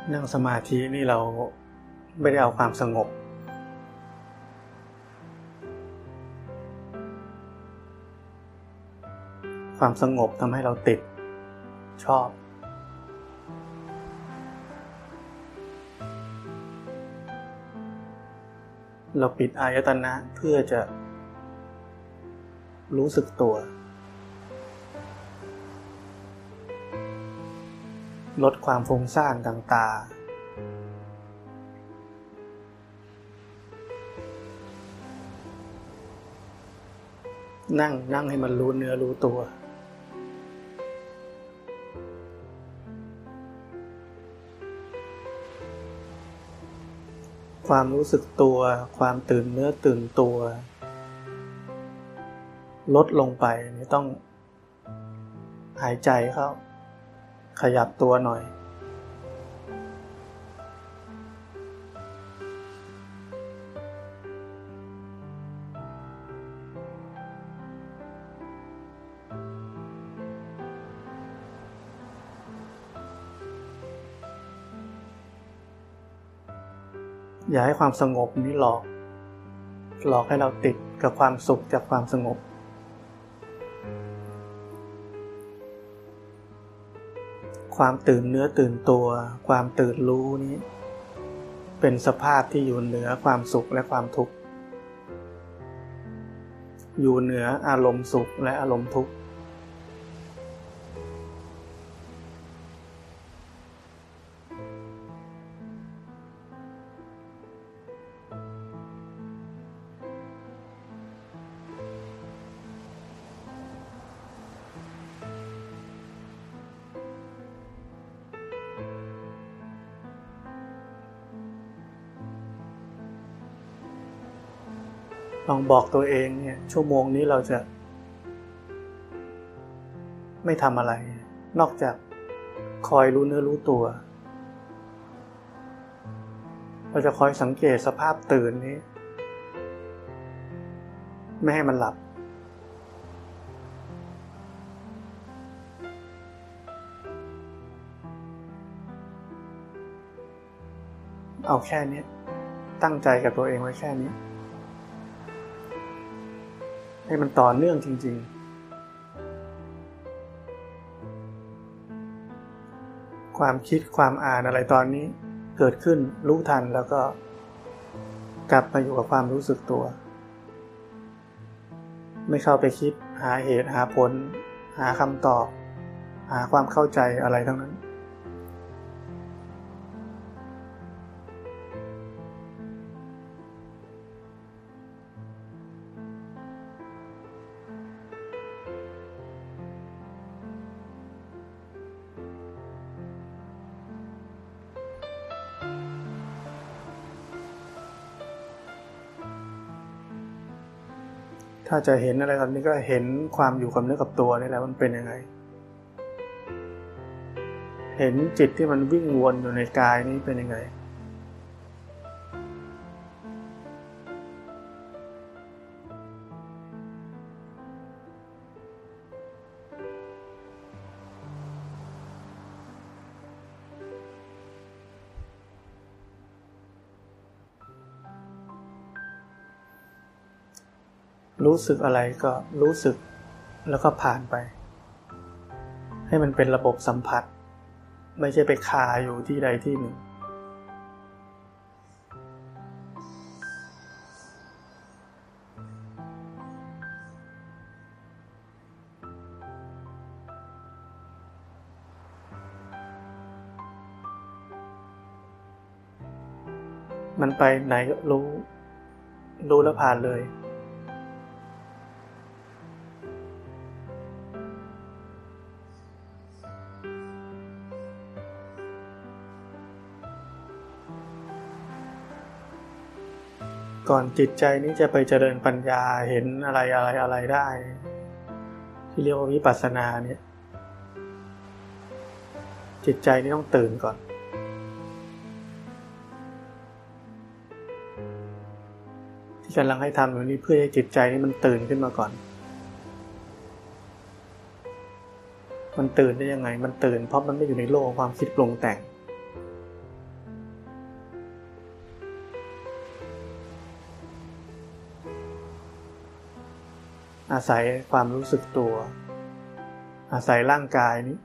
นั่งสมาธินี่เราไม่ได้เอาความสงบความสงบทำให้เราติดชอบเราปิดอายตนะเพื่อจะรู้สึกตัวลดความฟุ้งซ่านต่างๆนั่งให้มันรู้เนื้อรู้ตัวความรู้สึกตัวความตื่นเนื้อตื่นตัวลดลงไปนี่ต้องหายใจเข้าขยับตัวหน่อยอย่าให้ความสงบนี้หลอกให้เราติดกับความสุขจากความสงบความตื่นเนื้อตื่นตัวความตื่นรู้นี้เป็นสภาพที่อยู่เหนือความสุขและความทุกข์อยู่เหนืออารมณ์สุขและอารมณ์ทุกข์ลองบอกตัวเองเนี่ยชั่วโมงนี้เราจะไม่ทำอะไรนอกจากคอยรู้เนื้อรู้ตัวเราจะคอยสังเกตสภาพตื่นนี้ไม่ให้มันหลับเอาแค่นี้ตั้งใจกับตัวเองไว้แค่นี้ให้มันต่อเนื่องจริงๆความคิดความอ่านอะไรตอนนี้เกิดขึ้นรู้ทันแล้วก็กลับมาอยู่กับความรู้สึกตัวไม่เข้าไปคิดหาเหตุหาผลหาคำตอบหาความเข้าใจอะไรทั้งนั้นถ้าจะเห็นอะไรตอนนี้ก็เห็นความอยู่กับเนื้อกับตัวนี่แหละมันเป็นยังไงเห็นจิตที่มันวิ่งวนอยู่ในกายนี้เป็นยังไงรู้สึกอะไรก็รู้สึกแล้วก็ผ่านไปให้มันเป็นระบบสัมผัสไม่ใช่ไปคาอยู่ที่ใดที่หนึ่งมันไปไหนก็รู้แล้วผ่านเลยก่อนจิตใจนี้จะไปเจริญปัญญาเห็นอะไรได้ที่เรียกว่าวิปัสสนาเนี่ยจิตใจนี้ต้องตื่นก่อนที่กำลังให้ทำอยู่นี้เพื่อให้จิตใจนี้มันตื่นขึ้นมาก่อนมันตื่นได้ยังไงมันตื่นเพราะมันไม่อยู่ในโลกความคิดปรุงแต่งอาศัยความรู้สึกตัวอาศัยร่างกายนี้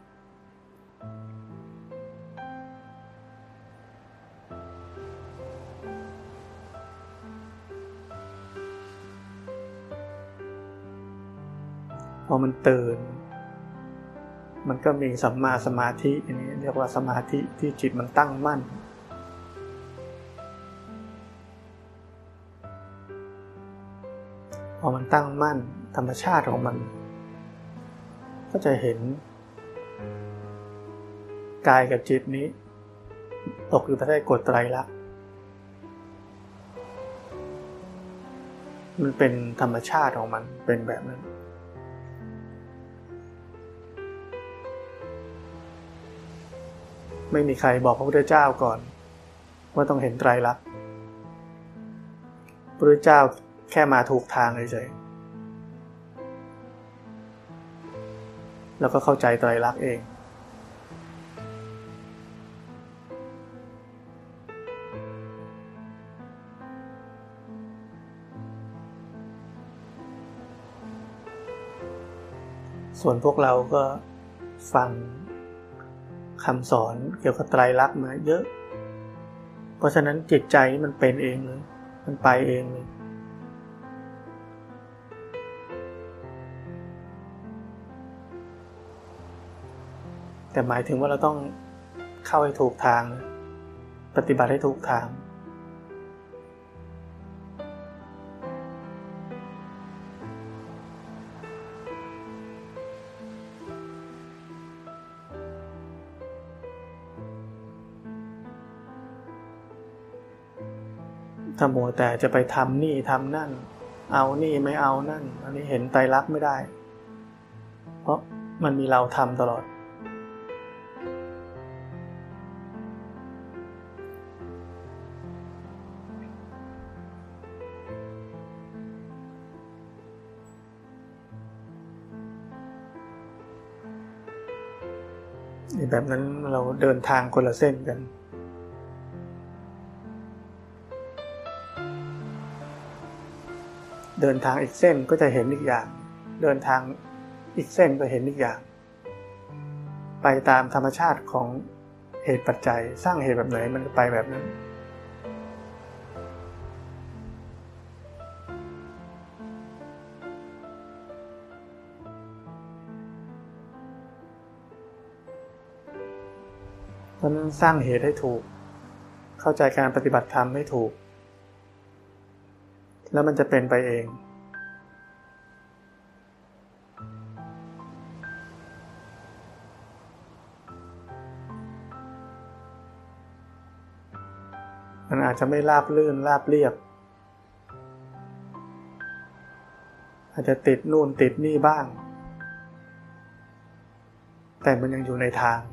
พอมันตื่นมันก็มีสัมมาสมาธิอันนี้เรียกว่าสมาธิที่จิตมันตั้งมั่นพอมันตั้งมั่นธรรมชาติของมันก็จะเห็นกายกับจิตนี้ตกอยู่ภายใต้กฎไตรลักษณ์มันเป็นธรรมชาติของมันเป็นแบบนั้นไม่มีใครบอกพระพุทธเจ้าก่อนว่าต้องเห็นไตรลักษณ์พระพุทธเจ้าแค่มาถูกทางเฉยๆแล้วก็เข้าใจไตรลักษณ์เองส่วนพวกเราก็ฟังคำสอนเกี่ยวกับไตรลักษณ์มาเยอะเพราะฉะนั้นจิตใจมันเป็นเองเลยมันไปเองเลยแต่หมายถึงว่าเราต้องเข้าให้ถูกทางปฏิบัติให้ถูกทางถ้ามัวแต่จะไปทำนี่ทำนั่นเอานี่ไม่เอานั่นอันนี้เห็นไตรลักษณ์ไม่ได้เพราะมันมีเราทำตลอดแบบนั้นเราเดินทางคนละเส้นกันเดินทางอีกเส้นก็จะเห็นอีกอย่างเดินทางอีกเส้นก็เห็นอีกอย่างไปตามธรรมชาติของเหตุปัจจัยสร้างเหตุแบบไหนมันก็ไปแบบนั้นเพราะนั้นสร้างเหตุให้ถูกเข้าใจการปฏิบัติธรรมให้ถูกแล้วมันจะเป็นไปเองมันอาจจะไม่ราบรื่นราบเรียบอาจจะติดนู่นติดนี่บ้างแต่มันยังอยู่ในทาง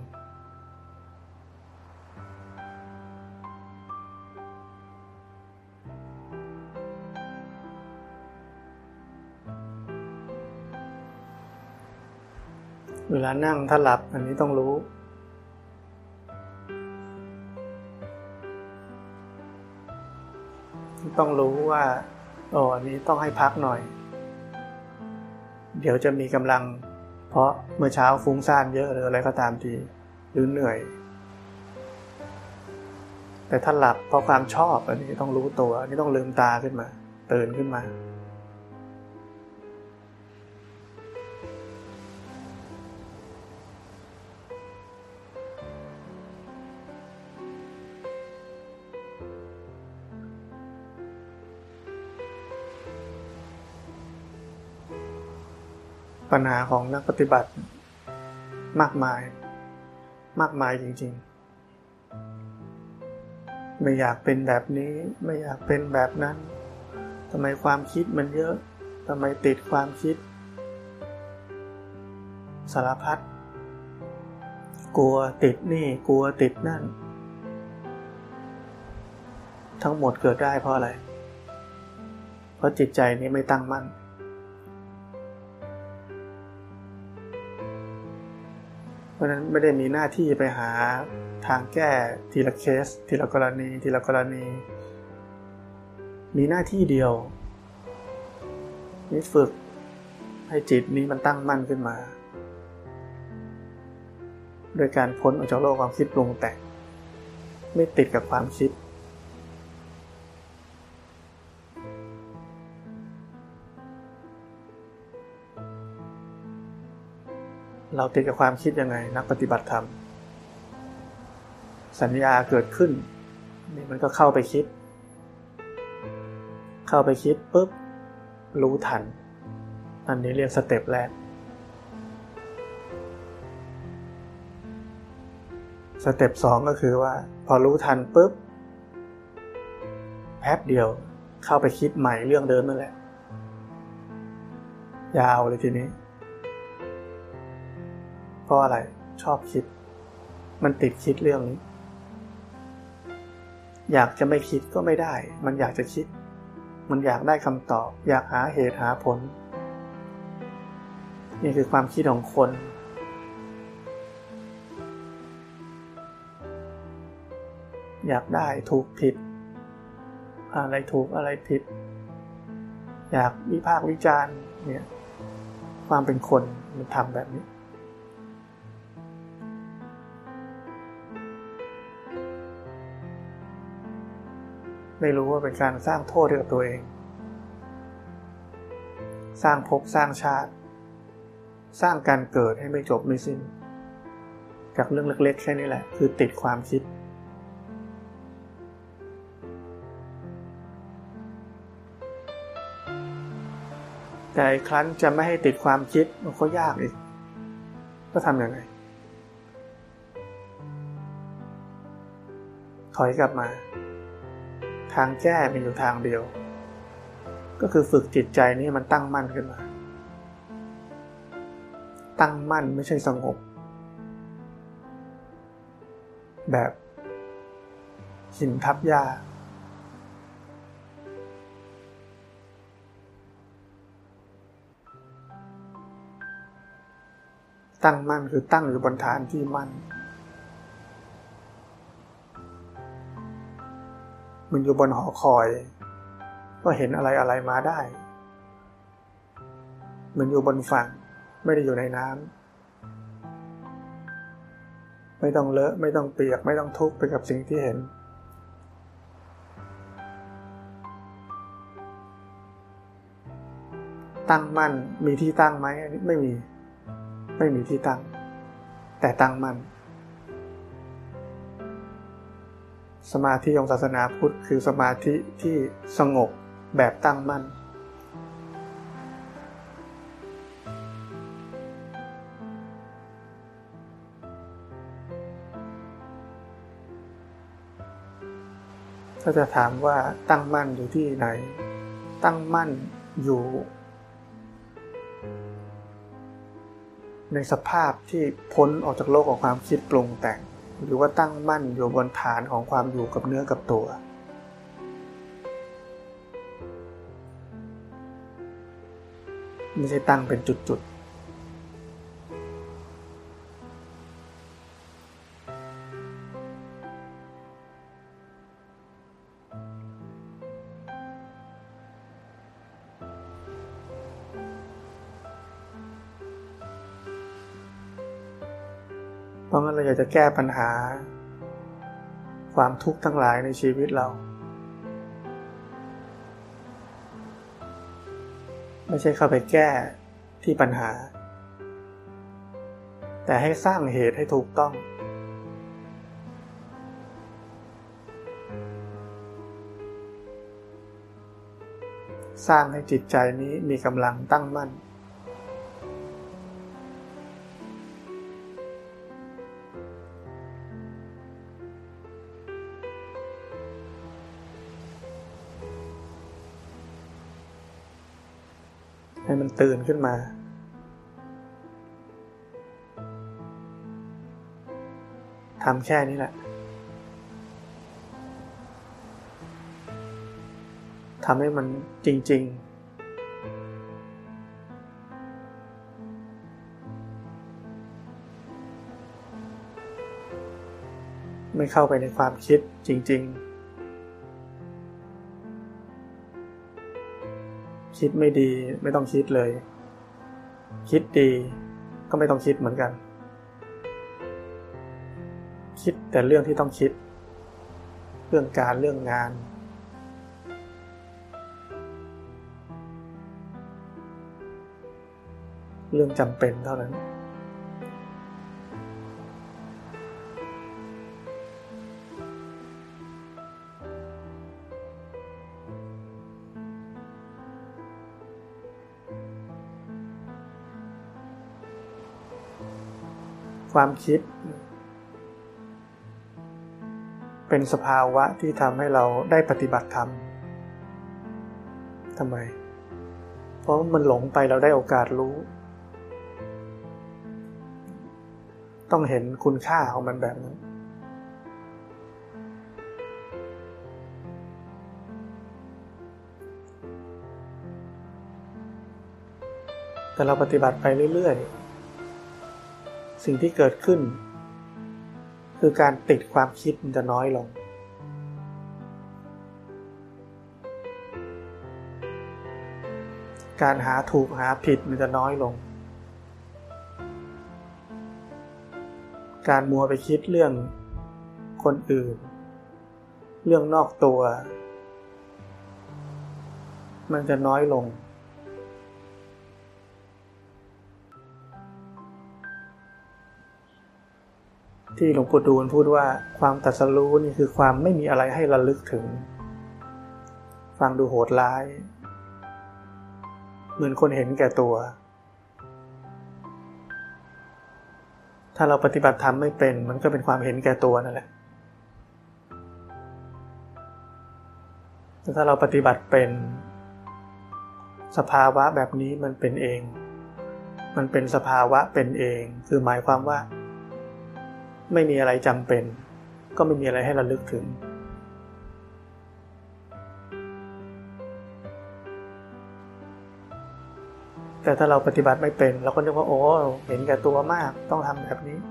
เวลานั่งถ้าหลับอันนี้ต้องรู้ว่าอันนี้ต้องให้พักหน่อยเดี๋ยวจะมีกำลังเพราะเมื่อเช้าฟุ้งซ่านเยอะหรืออะไรก็ตามทีหรือเหนื่อยแต่ถ้าหลับเพราะความชอบอันนี้ต้องรู้ตัวอันนี้ต้องลืมตาขึ้นมาตื่นขึ้นมาปัญหาของนักปฏิบัติมากมายจริงๆไม่อยากเป็นแบบนี้ไม่อยากเป็นแบบนั้นทำไมความคิดมันเยอะทำไมติดความคิดสารพัดกลัวติดนี่กลัวติดนั่นทั้งหมดเกิดได้เพราะอะไรเพราะจิตใจนี้ไม่ตั้งมั่นเพราะนั้นไม่ได้มีหน้าที่ไปหาทางแก้ทีละเคสทีละกรณีมีหน้าที่เดียวนี่ฝึกให้จิตนี้มันตั้งมั่นขึ้นมาโดยการพ้นออกจากโลกความคิดปรุงแต่งไม่ติดกับความคิดเราติดกับความคิดยังไงนักปฏิบัติธรรมสัญญาเกิดขึ้นนี่มันก็เข้าไปคิดปุ๊บรู้ทันอันนี้เรียกสเต็ปแรกสเต็ป2ก็คือว่าพอรู้ทันปุ๊บแป๊บเดียวเข้าไปคิดใหม่เรื่องเดิมนั่นแหละยาวเลยทีนี้เพราะอะไรชอบคิดมันติดคิดเรื่องนี้อยากจะไม่คิดก็ไม่ได้มันอยากจะคิดมันอยากได้คำตอบอยากหาเหตุหาผลนี่คือความคิดของคนอยากได้ถูกผิดอะไรถูกอะไรผิดอยากวิพากษ์วิจารณ์เนี่ยความเป็นคนมันทำแบบนี้ไม่รู้ว่าเป็นการสร้างโทษให้กับตัวเองสร้างภพสร้างชาติสร้างการเกิดให้ไม่จบไม่สิ้นจากเรื่องเล็กๆแค่นี้แหละคือติดความคิดแต่อีกครั้งจะไม่ให้ติดความคิดมันก็ยากอีกก็ทำยังไงถอยกลับมาทางแก้มีอยู่ทางเดียวก็คือฝึกจิตใจนี้มันตั้งมั่นขึ้นมาตั้งมั่นไม่ใช่สงบแบบหินทับหญ้าตั้งมั่นคือตั้งอยู่บนฐานที่มั่นมันอยู่บนหอคอยก็เห็นอะไรมาได้มันอยู่บนฝั่งไม่ได้อยู่ในน้ำไม่ต้องเลอะไม่ต้องเปียกไม่ต้องทุกข์ไปกับสิ่งที่เห็นตั้งมั่นมีที่ตั้งไหมไม่มีที่ตั้งแต่ตั้งมั่นสมาธิของศาสนาพุทธคือสมาธิที่สงบแบบตั้งมั่นถ้าจะถามว่าตั้งมั่นอยู่ที่ไหนตั้งมั่นอยู่ในสภาพที่พ้นออกจากโลกของความคิดปรุงแต่งหรือว่าตั้งมั่นอยู่บนฐานของความอยู่กับเนื้อกับตัวไม่ใช่ตั้งเป็นจุดเพราะงั้นเราอยากจะแก้ปัญหาความทุกข์ทั้งหลายในชีวิตเราไม่ใช่เข้าไปแก้ที่ปัญหาแต่ให้สร้างเหตุให้ถูกต้องสร้างให้จิตใจนี้มีกำลังตั้งมั่นให้มันตื่นขึ้นมาทำแค่นี้แหละทำให้มันจริงๆไม่เข้าไปในความคิดจริงๆคิดไม่ดีไม่ต้องคิดเลยคิดดีก็ไม่ต้องคิดเหมือนกันคิดแต่เรื่องที่ต้องคิดเรื่องการเรื่องงานเรื่องจำเป็นเท่านั้นความคิดเป็นสภาวะที่ทำให้เราได้ปฏิบัติธรรมทำไมเพราะมันหลงไปเราได้โอกาสรู้ต้องเห็นคุณค่าของมันแบบนั้นแต่เราปฏิบัติไปเรื่อยๆสิ่งที่เกิดขึ้นคือการติดความคิดมันจะน้อยลงการหาถูกหาผิดมันจะน้อยลงการมัวไปคิดเรื่องคนอื่นเรื่องนอกตัวมันจะน้อยลงที่หลวงปู่ดูลพูดว่าความตรัสรู้นี่คือความไม่มีอะไรให้ระลึกถึงฟังดูโหดร้ายเหมือนคนเห็นแก่ตัวถ้าเราปฏิบัติธรรมไม่เป็นมันก็เป็นความเห็นแก่ตัวนั่นแหละแต่ถ้าเราปฏิบัติเป็นสภาวะแบบนี้มันเป็นเองมันเป็นสภาวะเป็นเองคือหมายความว่าไม่มีอะไรจำเป็นก็ไม่มีอะไรให้ระลึกถึงแต่ถ้าเราปฏิบัติไม่เป็นเราก็นึกว่าโอ้เห็นแก่ตัวมากต้องทำแบบนี้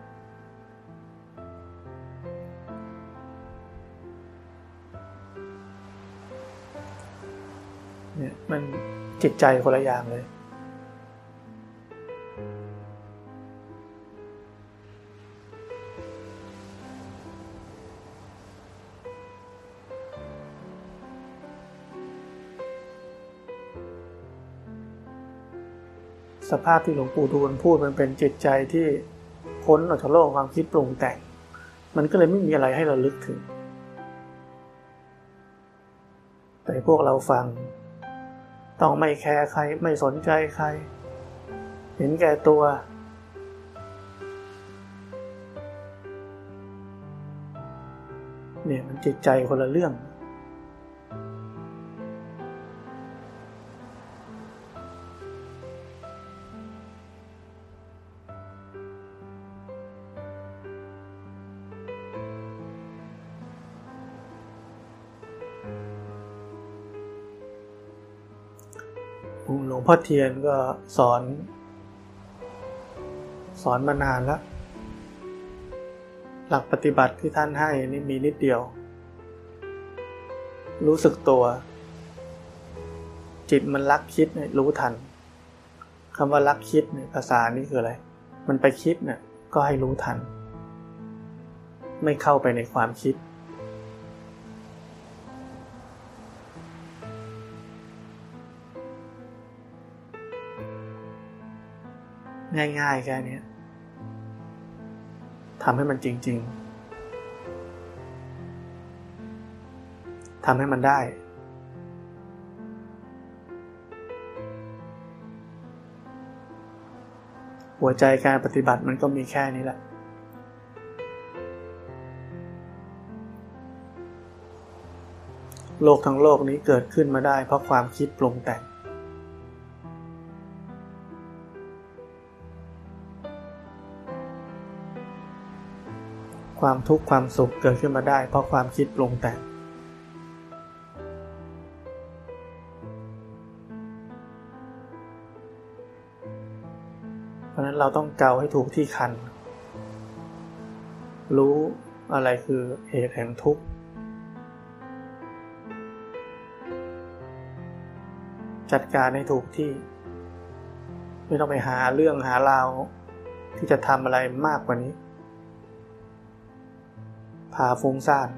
เนี่ยมันจิตใจคนละอย่างเลยสภาพที่หลวงปู่ดูลพูดมันเป็นจิตใจที่พ้นออกจากโลกความคิดปรุงแต่งมันก็เลยไม่มีอะไรให้เราลึกถึงแต่พวกเราฟังต้องไม่แคร์ใครไม่สนใจใครเห็นแก่ตัวเนี่ยมันจิตใจคนละเรื่องหลวงพ่อเทียนก็สอนมานานแล้วหลักปฏิบัติที่ท่านให้นี่มีนิดเดียวรู้สึกตัวจิตมันลักคิดเนี่ยรู้ทันคำว่าลักคิดเนี่ยภาษานี่คืออะไรมันไปคิดเนี่ยก็ให้รู้ทันไม่เข้าไปในความคิดง่ายๆแค่นี้ทำให้มันจริงๆทำให้มันได้หัวใจการปฏิบัติมันก็มีแค่นี้แหละโลกทั้งโลกนี้เกิดขึ้นมาได้เพราะความคิดปรุงแต่งความทุกข์ความสุขเกิดขึ้นมาได้เพราะความคิดปรุงแต่งเพราะนั้นเราต้องเกาให้ถูกที่คันรู้อะไรคือเหตุแห่งทุกข์จัดการให้ถูกที่ไม่ต้องไปหาเรื่องหาราวที่จะทำอะไรมากกว่านี้พาฟุ้งซ่าน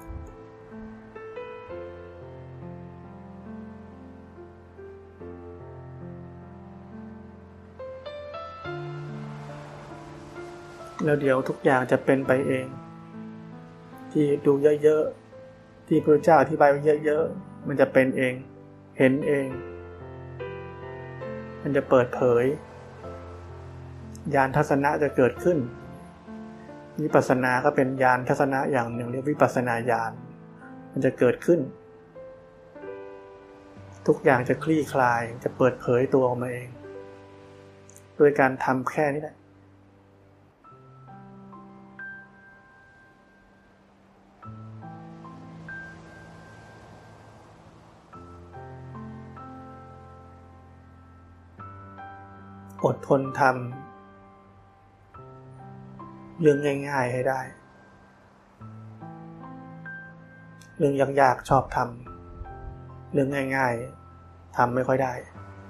แล้วเดี๋ยวทุกอย่างจะเป็นไปเองที่ดูเยอะๆที่พระเจ้าอธิบายไว้เยอะๆมันจะเป็นเองเห็นเองมันจะเปิดเผยญาณทัศนะจะเกิดขึ้นวิปัสสนาก็เป็นญาณทัศนะอย่างหนึ่งเรียกวิปัสสนาญาณมันจะเกิดขึ้นทุกอย่างจะคลี่คลายจะเปิดเผยตัวออกมาเองโดยการทำแค่นี้แหละอดทนทำเรื่องง่ายๆให้ได้เรื่องยากๆชอบทำเรื่องง่ายๆทำไม่ค่อยได้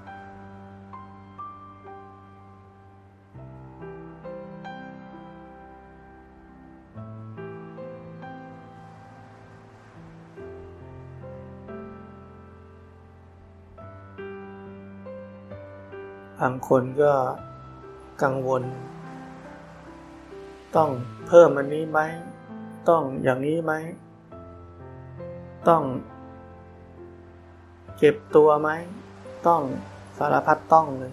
บางคนก็กังวลต้องเพิ่มอันนี้ไหมต้องอย่างนี้ไหมต้องเก็บตัวไหมต้องสารพัดต้องเลย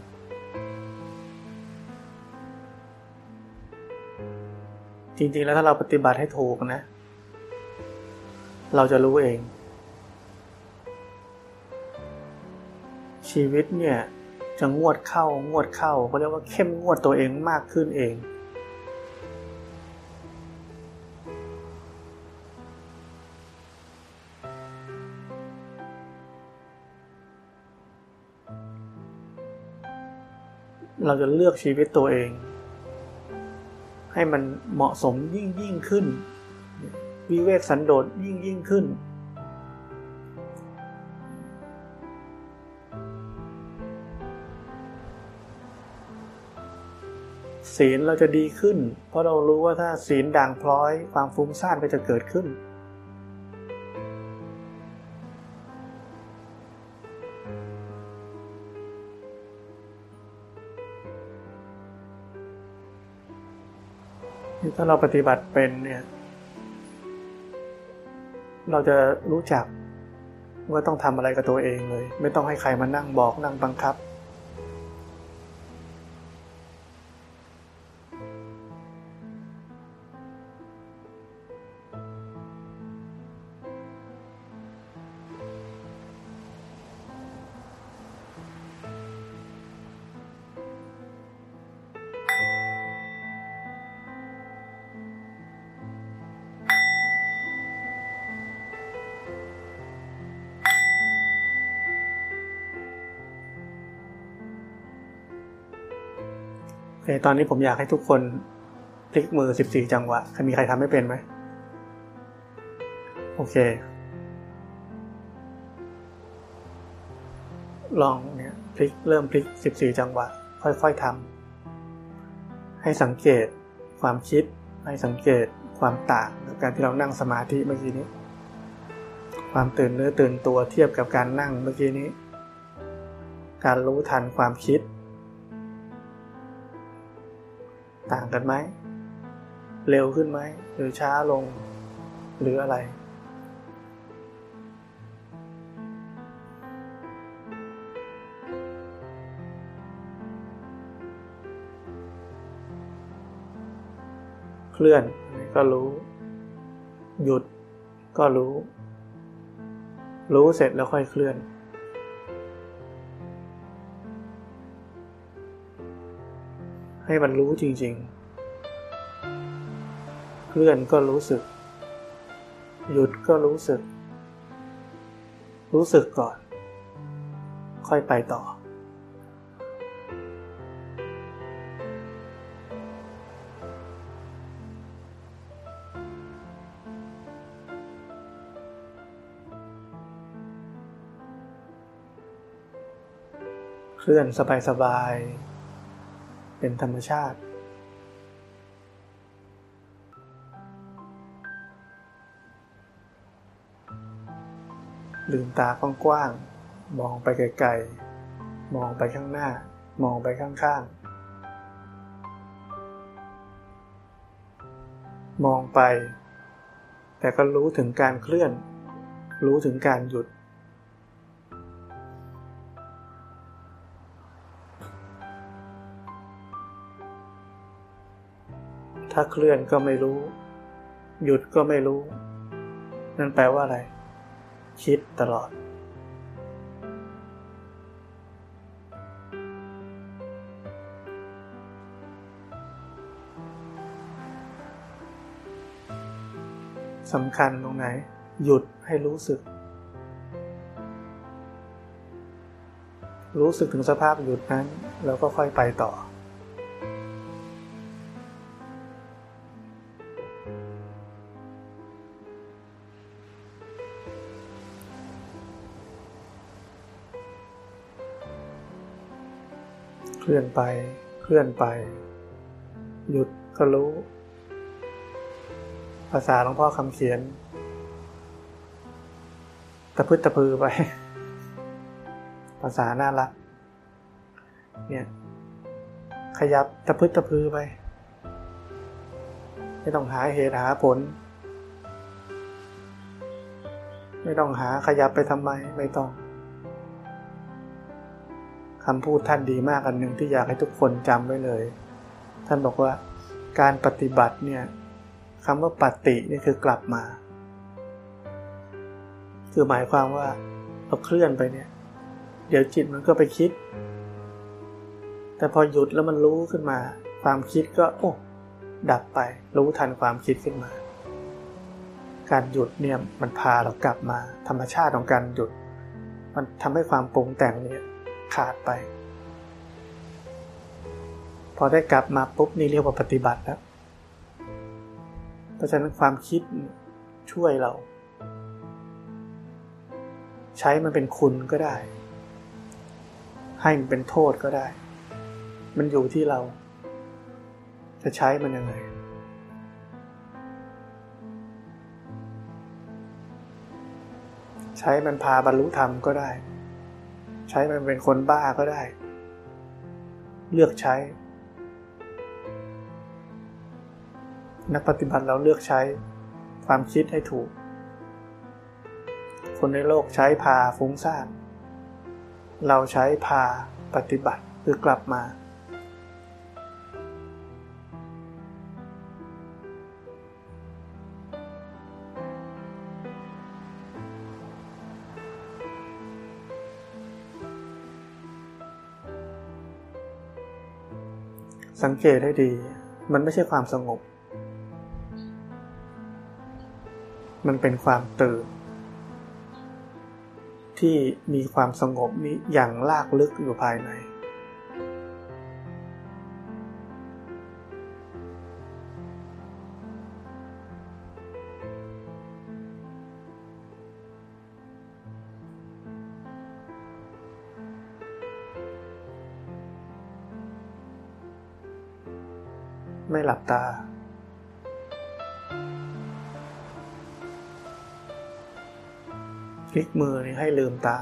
จริงๆแล้วถ้าเราปฏิบัติให้ถูกนะเราจะรู้เองชีวิตเนี่ยจะงวดเข้าเขาเรียกว่าเข้มงวดตัวเองมากขึ้นเองเราจะเลือกชีวิตตัวเองให้มันเหมาะสมยิ่งขึ้นวิเวกสันโดษยิ่งขึ้นศีลเราจะดีขึ้นเพราะเรารู้ว่าถ้าศีลด่างพร้อยความฟุ้งซ่านก็จะเกิดขึ้นถ้าเราปฏิบัติเป็นเนี่ยเราจะรู้จักว่าต้องทำอะไรกับตัวเองเลยไม่ต้องให้ใครมานั่งบอกนั่งบังคับตอนนี้ผมอยากให้ทุกคนพลิกมือ14จังหวะมีใครทำไม่เป็นไหมโอเคลองเนี่ยเริ่มพลิก14จังหวะค่อยๆทำให้สังเกตความคิดให้สังเกตความต่างกับการที่เรานั่งสมาธิเมื่อกี้นี้ความตื่นเนื้อตื่นตัวเทียบกับการนั่งเมื่อกี้นี้การรู้ทันความคิดต่างกันไหมเร็วขึ้นไหมหรือช้าลงหรืออะไรเคลื่อนก็รู้หยุดก็รู้เสร็จแล้วค่อยเคลื่อนให้มันรู้จริงๆเคลื่อนก็รู้สึกหยุดก็รู้สึกก่อนค่อยไปต่อเคลื่อนสบายเป็นธรรมชาติลืมตากว้างๆมองไปไกลๆมองไปข้างหน้ามองไปข้างๆมองไปแต่ก็รู้ถึงการเคลื่อนรู้ถึงการหยุดถ้าเคลื่อนก็ไม่รู้หยุดก็ไม่รู้นั่นแปลว่าอะไรคิดตลอดสำคัญตรงไหนหยุดให้รู้สึกถึงสภาพหยุดนั้นแล้วก็ค่อยไปต่อเคลื่อนไปหยุดก็รู้ภาษาหลวงพ่อคำเขียนตะพึดตะพือไปภาษาน่ารักเนี่ยขยับตะพึดตะพือไปไม่ต้องหาเหตุหาผลไม่ต้องหาขยับไปทำไมไม่ต้องคำพูดท่านดีมากอันหนึ่งที่อยากให้ทุกคนจำไว้เลยท่านบอกว่าการปฏิบัติเนี่ยคำว่าปฏินี่คือกลับมาคือหมายความว่าเราเคลื่อนไปเนี่ยเดี๋ยวจิตมันก็ไปคิดแต่พอหยุดแล้วมันรู้ขึ้นมาความคิดก็ดับไปรู้ทันความคิดขึ้นมาการหยุดเนี่ยมันพาเรากลับมาธรรมชาติของการหยุดมันทำให้ความปรุงแต่งเนี่ยขาดไปพอได้กลับมาปุ๊บนี่เรียกว่าปฏิบัติแล้วเพราะฉะนั้นความคิดช่วยเราใช้มันเป็นคุณก็ได้ให้มันเป็นโทษก็ได้มันอยู่ที่เราจะใช้มันยังไงใช้มันพาบรรลุธรรมก็ได้ใช้มันเป็นคนบ้าก็ได้เลือกใช้นักปฏิบัติเราเลือกใช้ความคิดให้ถูกคนในโลกใช้พาฟุ้งซ่านเราใช้พาปฏิบัติคือกลับมาสังเกตให้ดีมันไม่ใช่ความสงบมันเป็นความตื่นที่มีความสงบนี้อย่างลากลึกอยู่ภายในไม่หลับตาพลิกมือนี่ให้ลืมตา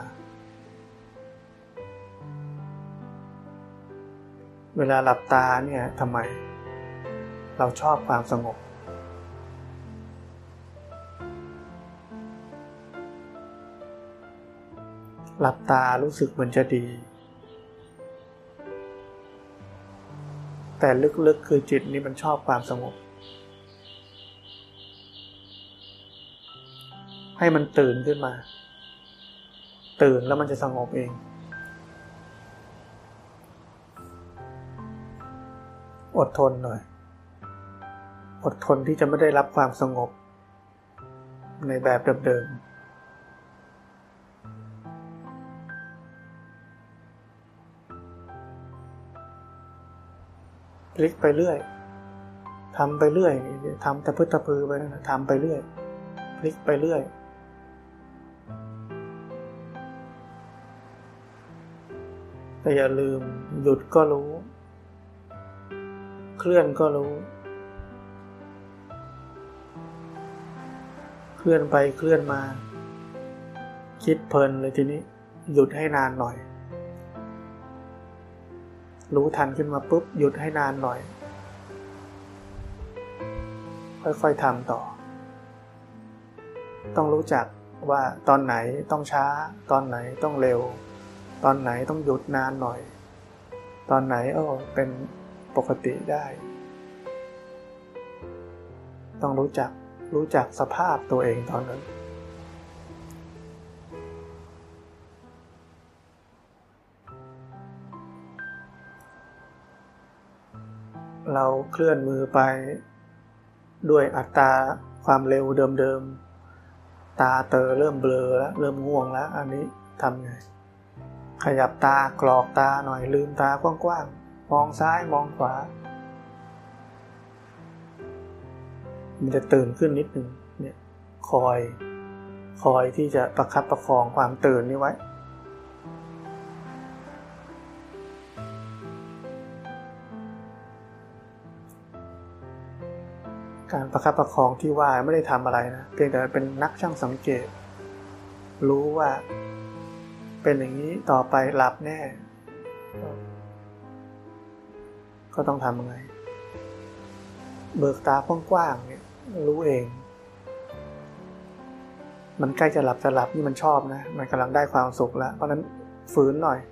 เวลาหลับตาเนี่ยทำไมเราชอบความสงบหลับตารู้สึกเหมือนจะดีแต่ลึกๆคือจิตนี่มันชอบความสงบให้มันตื่นขึ้นมาตื่นแล้วมันจะสงบเองอดทนหน่อยอดทนที่จะไม่ได้รับความสงบในแบบเดิมๆพลิกไปเรื่อยทำไปเรื่อยทำตะพึดตะพือไปนะทำไปเรื่อยพลิกไปเรื่อยแต่อย่าลืมหยุดก็รู้เคลื่อนก็รู้เคลื่อนไปเคลื่อนมาคิดเพลินเลยทีนี้หยุดให้นานหน่อยรู้ทันขึ้นมาปุ๊บหยุดให้นานหน่อยค่อยๆทำต่อต้องรู้จักว่าตอนไหนต้องช้าตอนไหนต้องเร็วตอนไหนต้องหยุดนานหน่อยตอนไหนเป็นปกติได้ต้องรู้จักสภาพตัวเองตอนนั้นเราเคลื่อนมือไปด้วยอัตราความเร็วเดิมๆตาเตอเริ่มเบลอแล้วเริ่มง่วงแล้วอันนี้ทำไงขยับตากรอกตาหน่อยลืมตากว้างๆมองซ้ายมองขวามันจะตื่นขึ้นนิดนึงเนี่ยคอยที่จะประคับประคองความตื่นนี้ไว้การประคับประคองที่ว่าไม่ได้ทำอะไรนะเพียงแต่เป็นนักช่างสังเกตรู้ว่าเป็นอย่างนี้ต่อไปหลับแน่ก็ต้องทำยังไงเบิกตากว้างๆเนี่ยรู้เองมันใกล้จะหลับนี่มันชอบนะมันกำลังได้ความสุขแล้วเพราะนั้นฝืนหน่อย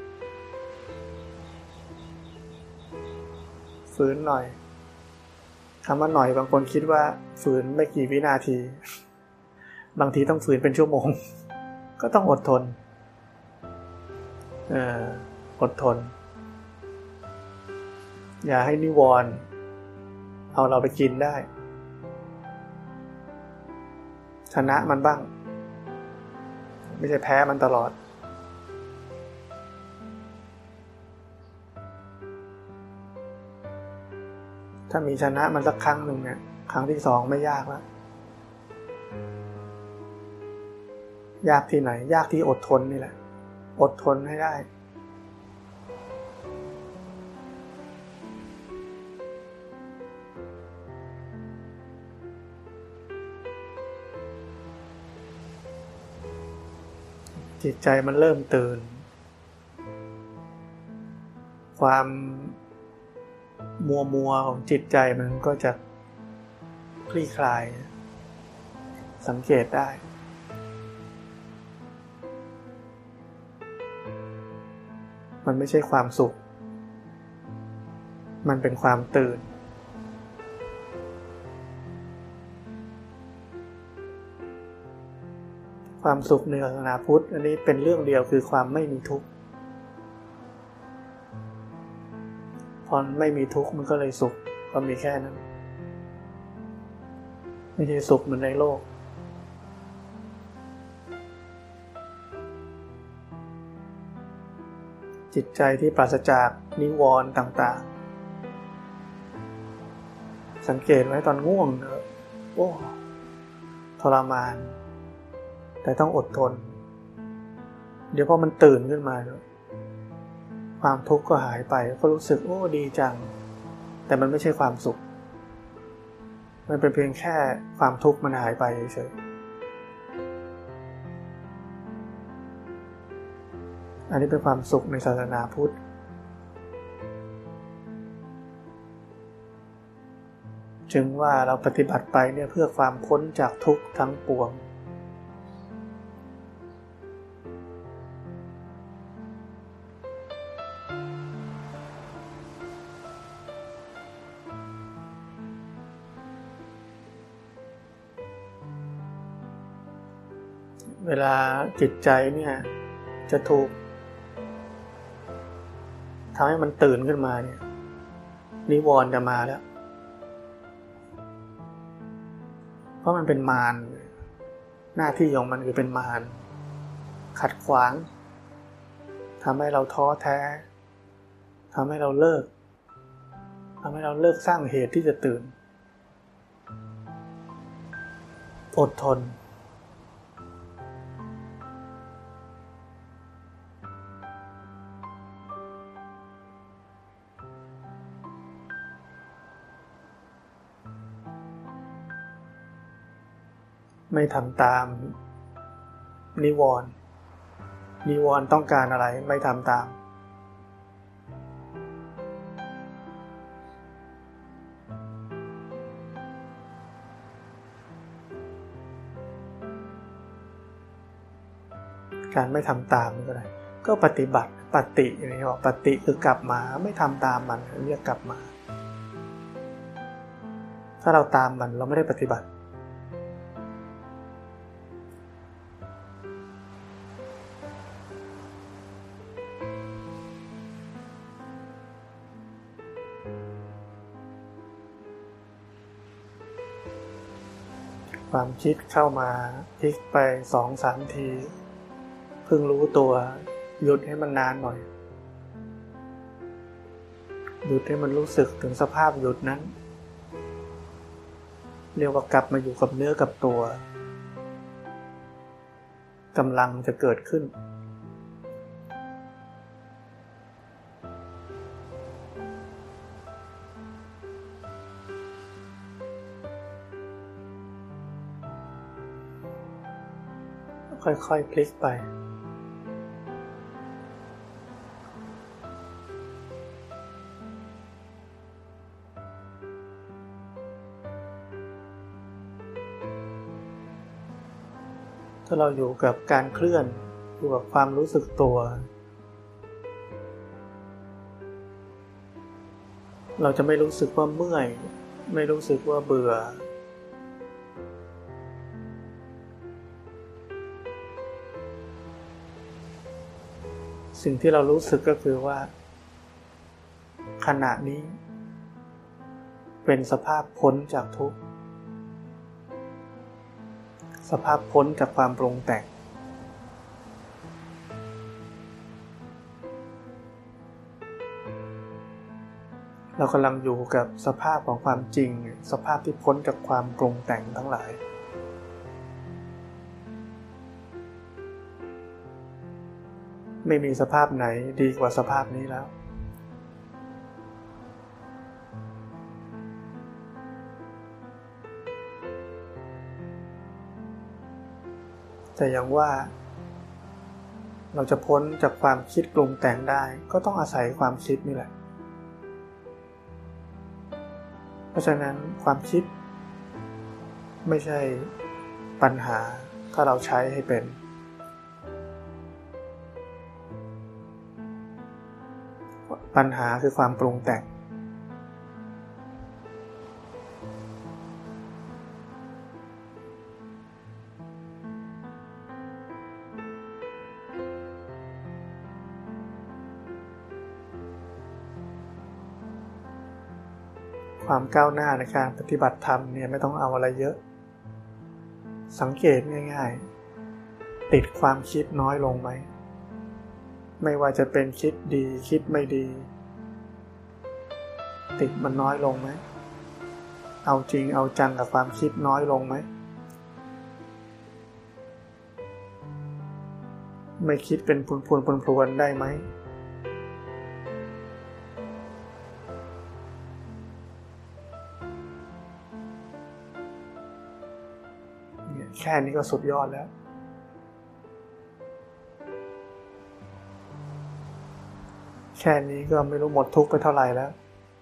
คำว่าหน่อยบางคนคิดว่าฝืนไม่กี่วินาทีบางทีต้องฝืนเป็นชั่วโมงก็ต้องอดทนอดทนอย่าให้นิวรณ์เอาเราไปกินได้ชนะมันบ้างไม่ใช่แพ้มันตลอดถ้ามีชนะมันสักครั้งหนึ่งเนี่ยครั้งที่สองไม่ยากแล้วยากที่ไหนยากที่อดทนนี่แหละอดทนให้ได้จิตใจมันเริ่มตื่นความมัวของจิตใจมันก็จะคลี่คลายสังเกตได้มันไม่ใช่ความสุขมันเป็นความตื่นความสุขในศาสนาพุทธอันนี้เป็นเรื่องเดียวคือความไม่มีทุกข์พอไม่มีทุกข์มันก็เลยสุขก็มีแค่นั้นไม่ใช่สุขเหมือนในโลกจิตใจที่ปราศจากนิวรณ์ต่างๆสังเกตไว้ตอนง่วงโอ้ทรมานแต่ต้องอดทนเดี๋ยวพอมันตื่นขึ้นมาความทุกข์ก็หายไปก็รู้สึกโอ้ดีจังแต่มันไม่ใช่ความสุขมันเป็นเพียงแค่ความทุกข์มันหายไปเฉยๆอันนี้เป็นความสุขในศาสนาพุทธจึงว่าเราปฏิบัติไปเนี่ยเพื่อความพ้นจากทุกข์ทั้งปวงเวลาจิตใจเนี่ยจะถูกทำให้มันตื่นขึ้นมาเนี่ยนิวรณ์จะมาแล้วเพราะมันเป็นมารหน้าที่ของมันคือเป็นมารขัดขวางทำให้เราท้อแท้ทำให้เราเลิกสร้างเหตุที่จะตื่นอดทนไม่ทำตามนิวรณ์ต้องการอะไรไม่ทำตามการไม่ทำตามก็ได้ก็ปฏิบัติปฏินี่บอกปฏิคือกลับมาไม่ทำตามมันเรียกกลับมาถ้าเราตามมันเราไม่ได้ปฏิบัติความคิดเข้ามาพลิกไป 2-3 ทีเพิ่งรู้ตัวหยุดให้มันนานหน่อยหยุดให้มันรู้สึกถึงสภาพหยุดนั้นเรียกว่ากลับมาอยู่กับเนื้อกับตัวกำลังจะเกิดขึ้นค่อยๆพลิกไปถ้าเราอยู่กับการเคลื่อนอยู่กับความรู้สึกตัวเราจะไม่รู้สึกว่าเมื่อยไม่รู้สึกว่าเบื่อสิ่งที่เรารู้สึกก็คือว่าขณะนี้เป็นสภาพพ้นจากทุกข์สภาพพ้นจากความปรุงแต่งเรากำลังอยู่กับสภาพของความจริงสภาพที่พ้นจากความปรุงแต่งทั้งหลายไม่มีสภาพไหนดีกว่าสภาพนี้แล้วแต่อย่างว่าเราจะพ้นจากความคิดปรุงแต่งได้ก็ต้องอาศัยความคิดนี่แหละเพราะฉะนั้นความคิดไม่ใช่ปัญหาถ้าเราใช้ให้เป็นปัญหาคือความปรุงแต่งความก้าวหน้าในการปฏิบัติธรรมเนี่ยไม่ต้องเอาอะไรเยอะสังเกตง่ายๆติดความคิดน้อยลงไหมไม่ว่าจะเป็นคิดดีคิดไม่ดีติดมันน้อยลงไหมเอาจริงเอาจังกับความคิดน้อยลงไหมไม่คิดเป็นพลวนๆได้ไหมแค่นี้ก็สุดยอดแล้วแค่นี้ก็ไม่รู้หมดทุกข์ไปเท่าไหร่แล้ว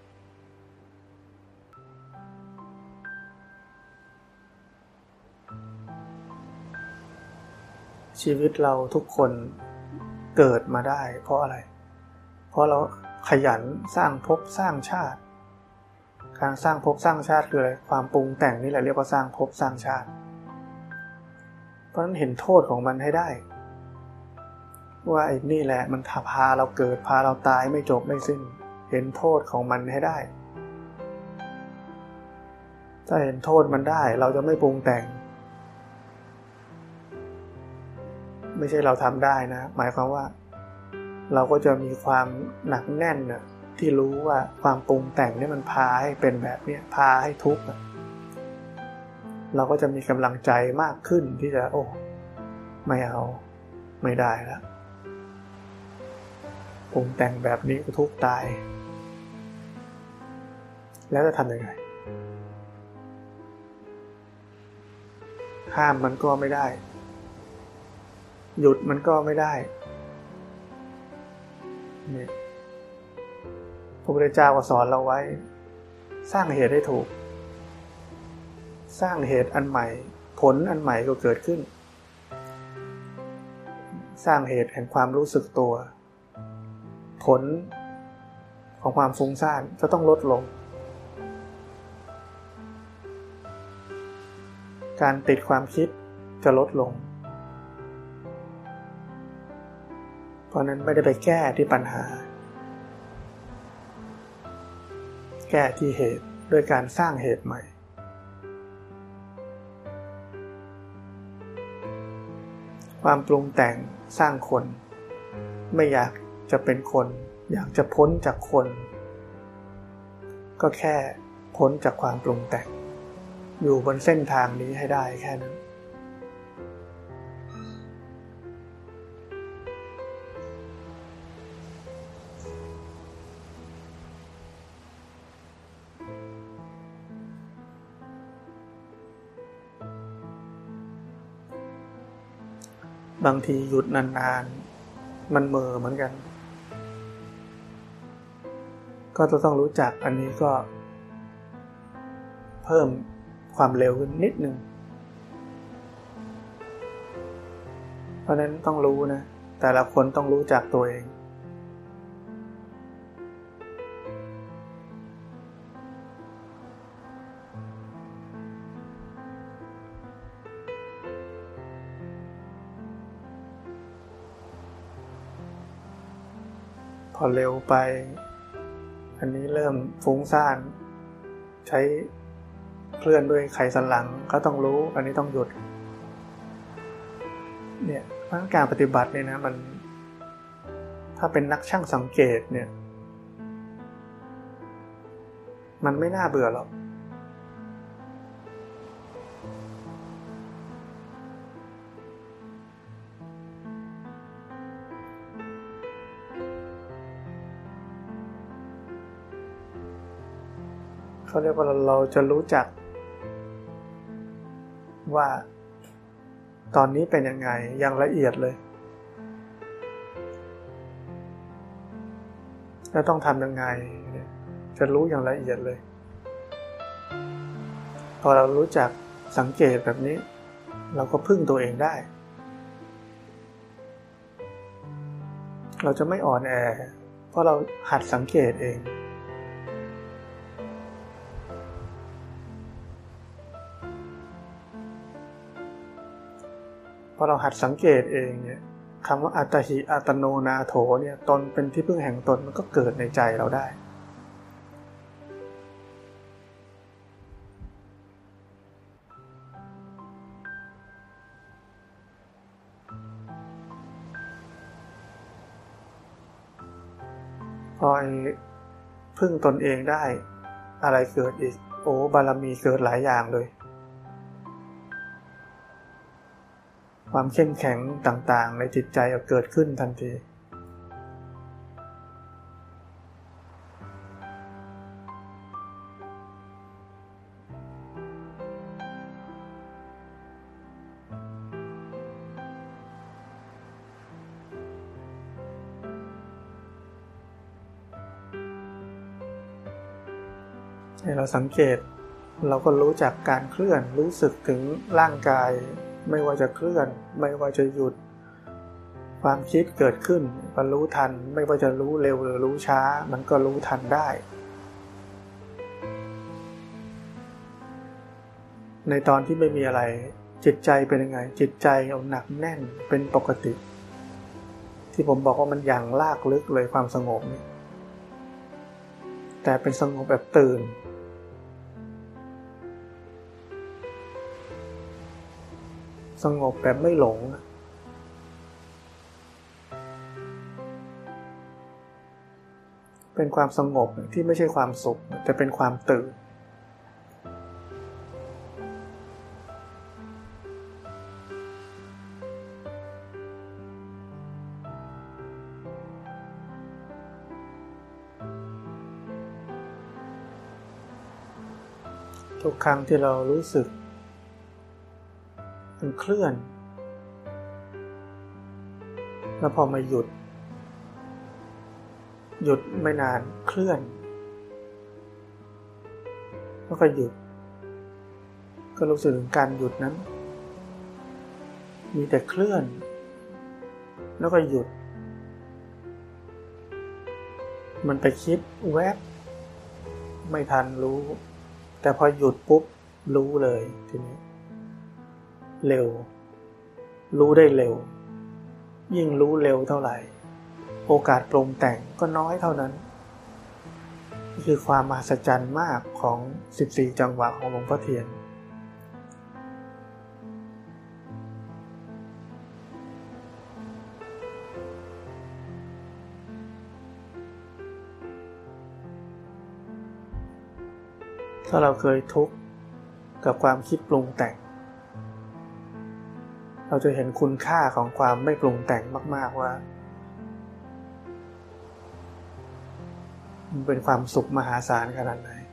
ชีวิตเราทุกคนเกิดมาได้เพราะอะไรเพราะเราขยันสร้างภพสร้างชาติการสร้างภพสร้างชาติคืออะไรความปรุงแต่งนี่แหละเรียกว่าสร้างภพสร้างชาติเพราะฉะนั้นเห็นโทษของมันให้ได้ว่าไอ้นี่แหละมันพาเราเกิดพาเราตายไม่จบไม่สิ้นเห็นโทษของมันให้ได้ถ้าเห็นโทษมันได้เราจะไม่ปรุงแต่งไม่ใช่เราทำได้นะหมายความว่าเราก็จะมีความหนักแน่นนะที่รู้ว่าความปรุงแต่งนี่มันพาให้เป็นแบบนี้พาให้ทุกข์เราก็จะมีกำลังใจมากขึ้นที่จะโอ้ไม่เอาไม่ได้แล้วปรุงแต่งแบบนี้ก็ทุกข์ตายแล้วจะทำยังไงห้ามมันก็ไม่ได้หยุดมันก็ไม่ได้นี่พระพุทธเจ้าก็สอนเราไว้สร้างเหตุให้ถูกสร้างเหตุอันใหม่ผลอันใหม่ก็เกิดขึ้นสร้างเหตุแห่งความรู้สึกตัวผลของความฟุ้งซ่านจะต้องลดลงการติดความคิดจะลดลงเพราะนั้นไม่ได้ไปแก้ที่ปัญหาแก้ที่เหตุด้วยการสร้างเหตุใหม่ความปรุงแต่งสร้างคนไม่อยากจะเป็นคนอยากจะพ้นจากคนก็แค่พ้นจากความปรุงแต่งอยู่บนเส้นทางนี้ให้ได้แค่นั้นบางทีหยุดนานๆมันเหม่อเหมือนกันก็จะต้องรู้จักอันนี้ก็เพิ่มความเร็วขึ้นนิดนึงเพราะนั้นต้องรู้นะแต่ละคนต้องรู้จักตัวเองพอเร็วไปอันนี้เริ่มฟุ้งซ่านใช้เคลื่อนด้วยไขสันหลังก็ต้องรู้อันนี้ต้องหยุดเนี่ยการปฏิบัติเนี่ยนะมันถ้าเป็นนักช่างสังเกตเนี่ยมันไม่น่าเบื่อหรอกเขาเรียกว่าเราจะรู้จักว่าตอนนี้เป็นยังไงอย่างละเอียดเลยแล้วต้องทำยังไงจะรู้อย่างละเอียดเลยพอเรารู้จักสังเกตแบบนี้เราก็พึ่งตัวเองได้เราจะไม่อ่อนแอเพราะเราหัดสังเกตเองพอเราหัดสังเกตเองเนี่ยคำว่าอัตถิอัตโนนาโถเนี่ยตนเป็นที่พึ่งแห่งตนมันก็เกิดในใจเราได้พอพึ่งตนเองได้อะไรเกิดอีกโอ้บารมีเกิดหลายอย่างเลยความเข้มแข็งต่างๆในจิตใจก็เกิดขึ้นทันทีให้เราสังเกตเราก็รู้จักการเคลื่อนรู้สึกถึงร่างกายไม่ว่าจะเคลื่อนไม่ว่าจะหยุดความคิดเกิดขึ้นก็รู้ทันไม่ว่าจะรู้เร็วหรือรู้ช้ามันก็รู้ทันได้ในตอนที่ไม่มีอะไรจิตใจเป็นยังไงจิตใจเอาหนักแน่นเป็นปกติที่ผมบอกว่ามันอย่างลากลึกเลยความสงบนี่แต่เป็นสงบแบบตื่นสงบแบบไม่หลงเป็นความสงบที่ไม่ใช่ความสุขแต่เป็นความตื่นทุกครั้งที่เรารู้สึกเคลื่อนแล้วพอมาหยุดไม่นานเคลื่อนแล้วก็หยุดก็รู้สึกถึงการหยุดนั้นมีแต่เคลื่อนแล้วก็หยุดมันไปคิดแวบไม่ทันรู้แต่พอหยุดปุ๊บรู้เลยทีนี้เร็วรู้ได้เร็วยิ่งรู้เร็วเท่าไหร่โอกาสปรุงแต่งก็น้อยเท่านั้นนี่คือความมหัศจรรย์มากของ14จังหวะของหลวงพ่อเทียนถ้าเราเคยทุกข์กับความคิดปรุงแต่งเราจะเห็นคุณค่าของความไม่ปรุงแต่งมากๆว่ามันเป็นความสุขมหาศาลขนาดไหน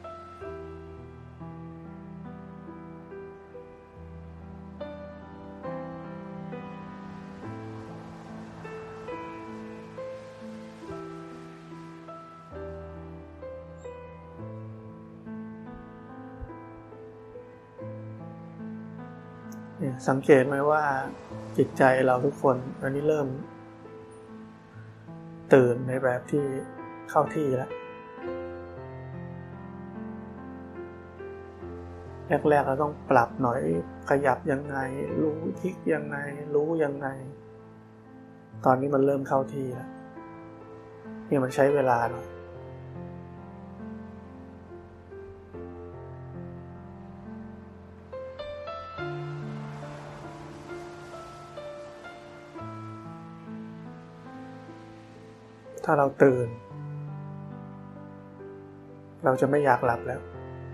สังเกตไหมว่าจิตใจเราทุกคนตอนนี้เริ่มตื่นในแบบที่เข้าที่แล้วแรกๆเราต้องปรับหน่อยขยับยังไงรู้ทิกยังไงรู้ยังไงตอนนี้มันเริ่มเข้าที่แล้วเนี่ยมันใช้เวลาหน่อยถ้าเราตื่นเราจะไม่อยากหลับแล้ว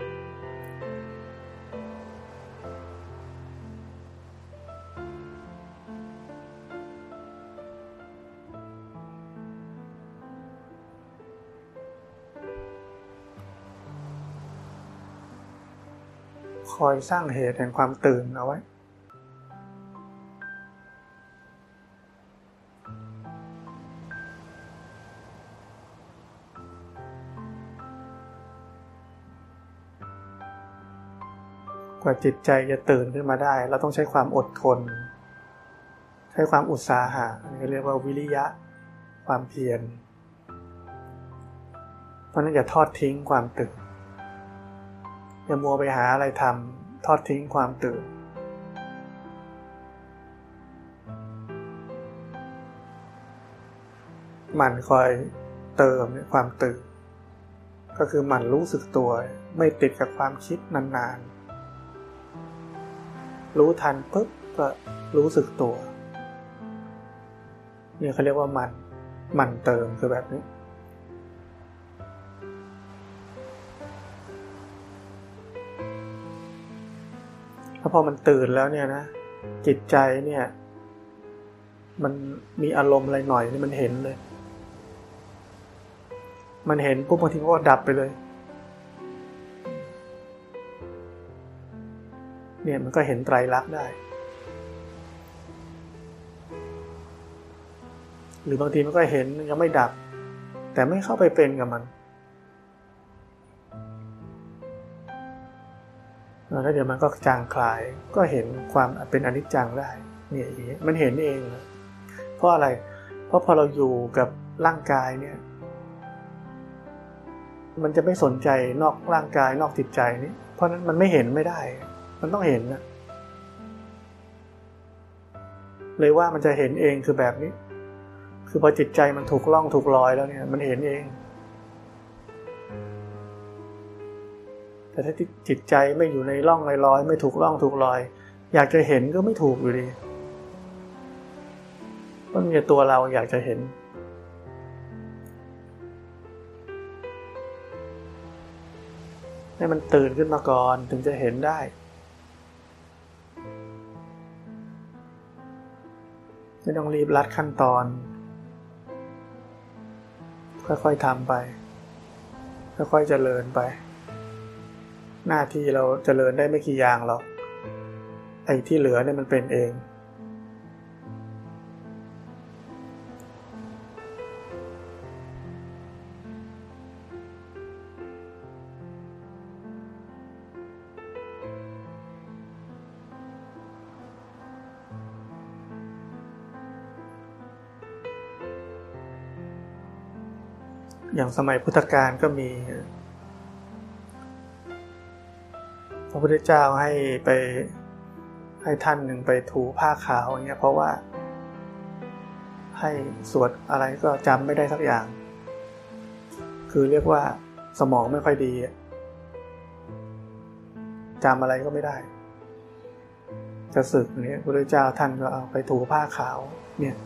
คอยสร้างเหตุแห่งความตื่นเอาไว้กว่าจิตใจจะตื่นขึ้นมาได้เราต้องใช้ความอดทนใช้ความอุตสาหะนี่เรียกว่าวิริยะความเพียรเพราะนั้นอย่าทอดทิ้งความตื่นอย่ามัวไปหาอะไรทำทอดทิ้งความตื่นหมั่นคอยเติมความตื่นก็คือหมั่นรู้สึกตัวไม่ติดกับความคิดนานๆรู้ทันปุ๊บก็รู้สึกตัวเนี่ยเขาเรียกว่าหมั่นเติมคือแบบนี้แล้วพอมันตื่นแล้วเนี่ยนะจิตใจเนี่ยมันมีอารมณ์อะไรหน่อยนี่มันเห็นเลยมันเห็นปุ๊บบางทีก็ดับไปเลยเนี่ยมันก็เห็นไตรลักษณ์ได้หรือบางทีมันก็เห็นยังไม่ดับแต่ไม่เข้าไปเป็นกับมันแล้วเดี๋ยวมันก็จางคลายก็เห็นความเป็นอนิจจังได้เนี่ยอย่างนี้มันเห็นเองเพราะอะไรเพราะพอเราอยู่กับร่างกายเนี่ยมันจะไม่สนใจนอกร่างกายนอกจิตใจนี้เพราะนั้นมันไม่เห็นไม่ได้มันต้องเห็นนะเลยว่ามันจะเห็นเองคือแบบนี้คือพอจิตใจมันถูกล่องถูกลอยแล้วเนี่ยมันเห็นเองแต่ถ้าจิตใจไม่อยู่ในร่องในรอยไม่ถูกล่องถูกลอยอยากจะเห็นก็ไม่ถูกอยู่ดีเพราะมีตัวเราอยากจะเห็นให้มันตื่นขึ้นมาก่อนถึงจะเห็นได้ไม่ต้องรีบรัดขั้นตอนค่อยๆทำไปค่อยๆเจริญไปหน้าที่เราเจริญได้ไม่กี่อย่างหรอกไอ้ที่เหลือเนี่ยมันเป็นเองอย่างสมัยพุทธกาลก็มีพระพุทธเจ้าให้ท่านหนึ่งไปถูผ้าขาวอย่างเงี้ยเพราะว่าให้สวดอะไรก็จำไม่ได้สักอย่างคือเรียกว่าสมองไม่ค่อยดีจำอะไรก็ไม่ได้จะสึกเนี่ยพระพุทธเจ้าท่านก็เอาไปถูผ้าขาวเนี่ย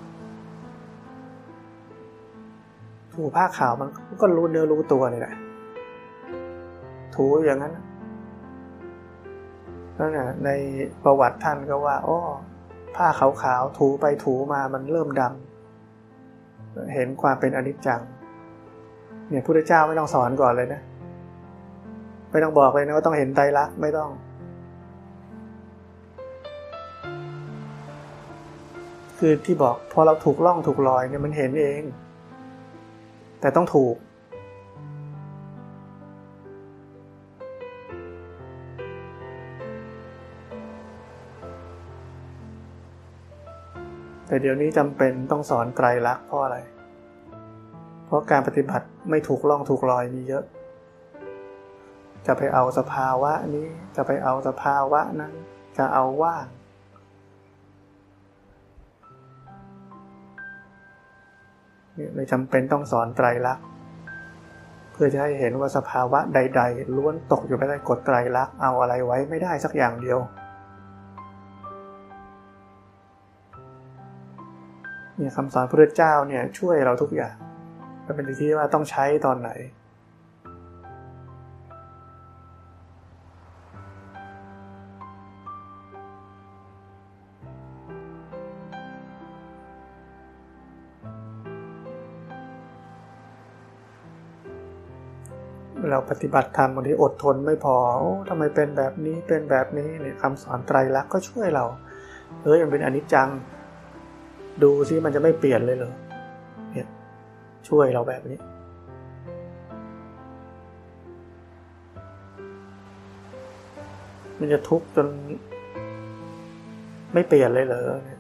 ถูผ้าขาวมันก็รู้เนื้อรู้ตัวนี่แหละถูอย่างนั้นนั่นน่ะในประวัติท่านก็ว่าอ้อผ้าขาวๆถูไปถูมามันเริ่มดำเห็นความเป็นอนิจจังเนี่ยพุทธเจ้าไม่ต้องสอนก่อนเลยนะไม่ต้องบอกเลยนะว่าต้องเห็นไตรลักษณ์ไม่ต้องคือที่บอกพอเราถูกล่องถูกลอยเนี่ยมันเห็นเองแต่ต้องถูกแต่เดี๋ยวนี้จำเป็นต้องสอนไตรลักษณ์เพราะอะไรเพราะการปฏิบัติไม่ถูกล่องถูกลอยมีเยอะจะไปเอาสภาวะนี้จะไปเอาสภาวะนั้นจะเอาว่างไม่จำเป็นต้องสอนไตรลักษณ์เพื่อจะให้เห็นว่าสภาวะใดๆล้วนตกอยู่ภายใต้กฎไตรลักษณ์เอาอะไรไว้ไม่ได้สักอย่างเดียวเนี่ยคำสอนพระพุทธเจ้าเนี่ยช่วยเราทุกอย่างก็เป็นที่ว่าต้องใช้ตอนไหนเราปฏิบัติธรรมบางทีอดทนไม่พอทำไมเป็นแบบนี้เป็นแบบนี้เนี่ยคำสอนไตรลักษณ์ก็ช่วยเรามันเป็นอนิจจังดูซิมันจะไม่เปลี่ยนเลยเหรอเนี่ยช่วยเราแบบนี้มันจะทุกข์จนไม่เปลี่ยนเลยเหรอเนี่ย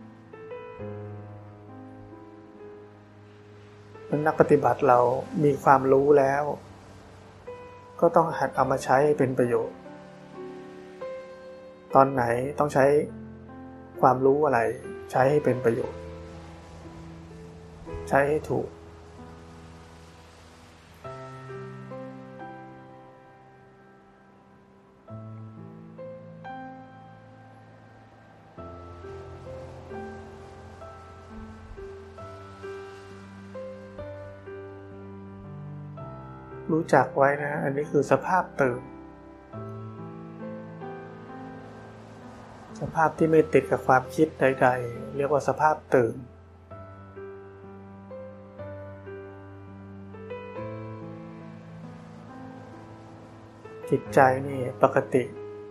นักปฏิบัติเรามีความรู้แล้วก็ต้องหัดเอามาใช้ให้เป็นประโยชน์ตอนไหนต้องใช้ความรู้อะไรใช้ให้เป็นประโยชน์ใช้ให้ถูกรู้จักไว้นะอันนี้คือสภาพตื่นสภาพที่ไม่ติดกับความคิดใดๆเรียกว่าสภาพตื่นจิตใจนี่ปกติ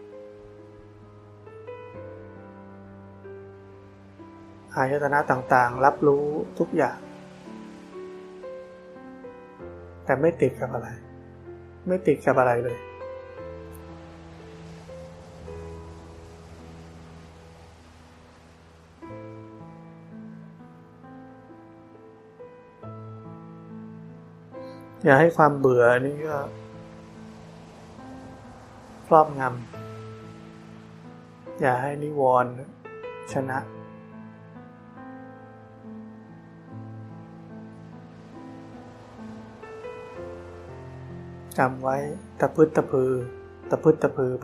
อายตนะต่างๆรับรู้ทุกอย่างแต่ไม่ติดกับอะไรไม่ติดกับอะไรเลยอย่าให้ความเบื่อนี่ก็ครอบงำอย่าให้นิวรณ์ชนะจำไว้ตะพึดตะพือไป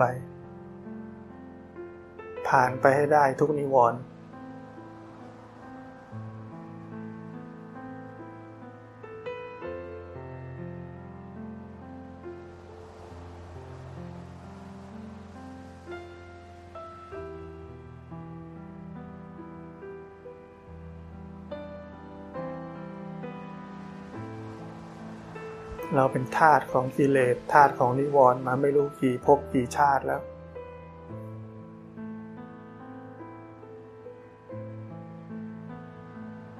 ผ่านไปให้ได้ทุกนิวรณ์เราเป็นทาสของกิเลสทาสของนิวรณ์มาไม่รู้กี่ภพกี่ชาติแล้ว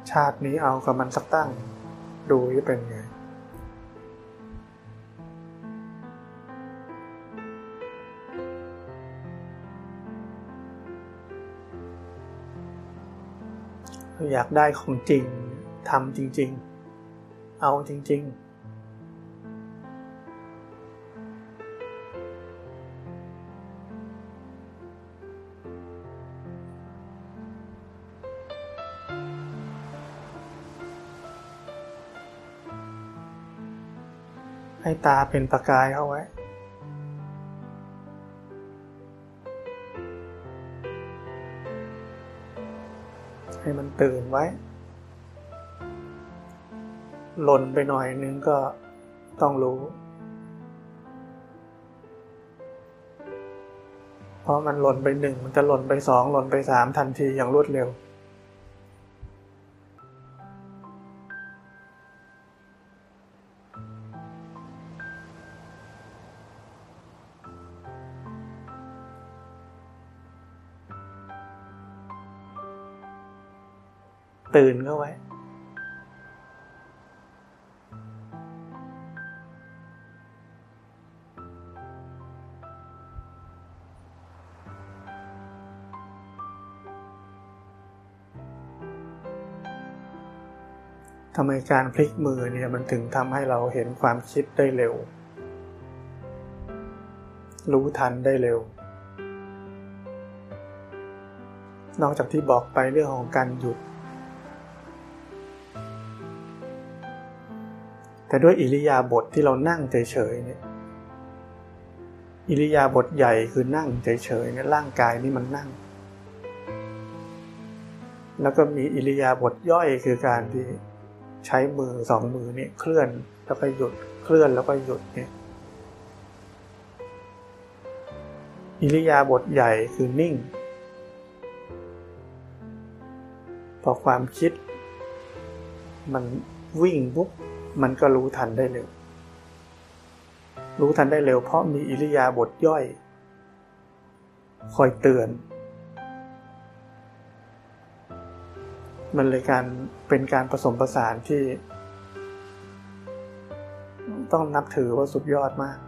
ชาตินี้เอากับมันสักตั้งดูจะเป็นไงอยากได้ของจริงทำจริงๆเอาจริงๆให้ตาเป็นประกายเข้าไว้ให้มันตื่นไว้หล่นไปหน่อยนึงก็ต้องรู้เพราะมันหล่นไป1มันจะหล่นไป2หล่นไป3ทันทีอย่างรวดเร็วตื่นเข้าไว้ทำไมการพลิกมือเนี่ยมันถึงทำให้เราเห็นความคิดได้เร็วรู้ทันได้เร็วนอกจากที่บอกไปเรื่องของการหยุดแต่ด้วยอิริยาบถที่เรานั่งเฉยๆเนี่ยอิริยาบถใหญ่คือนั่งเฉยๆเนี่ยร่างกายนี่มันนั่งแล้วก็มีอิริยาบถย่อยคือการที่ใช้มือ2มือเนี่ยเคลื่อนแล้วก็หยุดเคลื่อนแล้วก็หยุดเนี่ยอิริยาบถใหญ่คือนิ่งพอความคิดมันวิ่งปุ๊บมันก็รู้ทันได้เร็วรู้ทันได้เร็วเพราะมีอิริยาบถย่อยคอยเตือนมันเลยเป็นการผสมผสานที่ต้องนับถือว่าสุดยอดมาก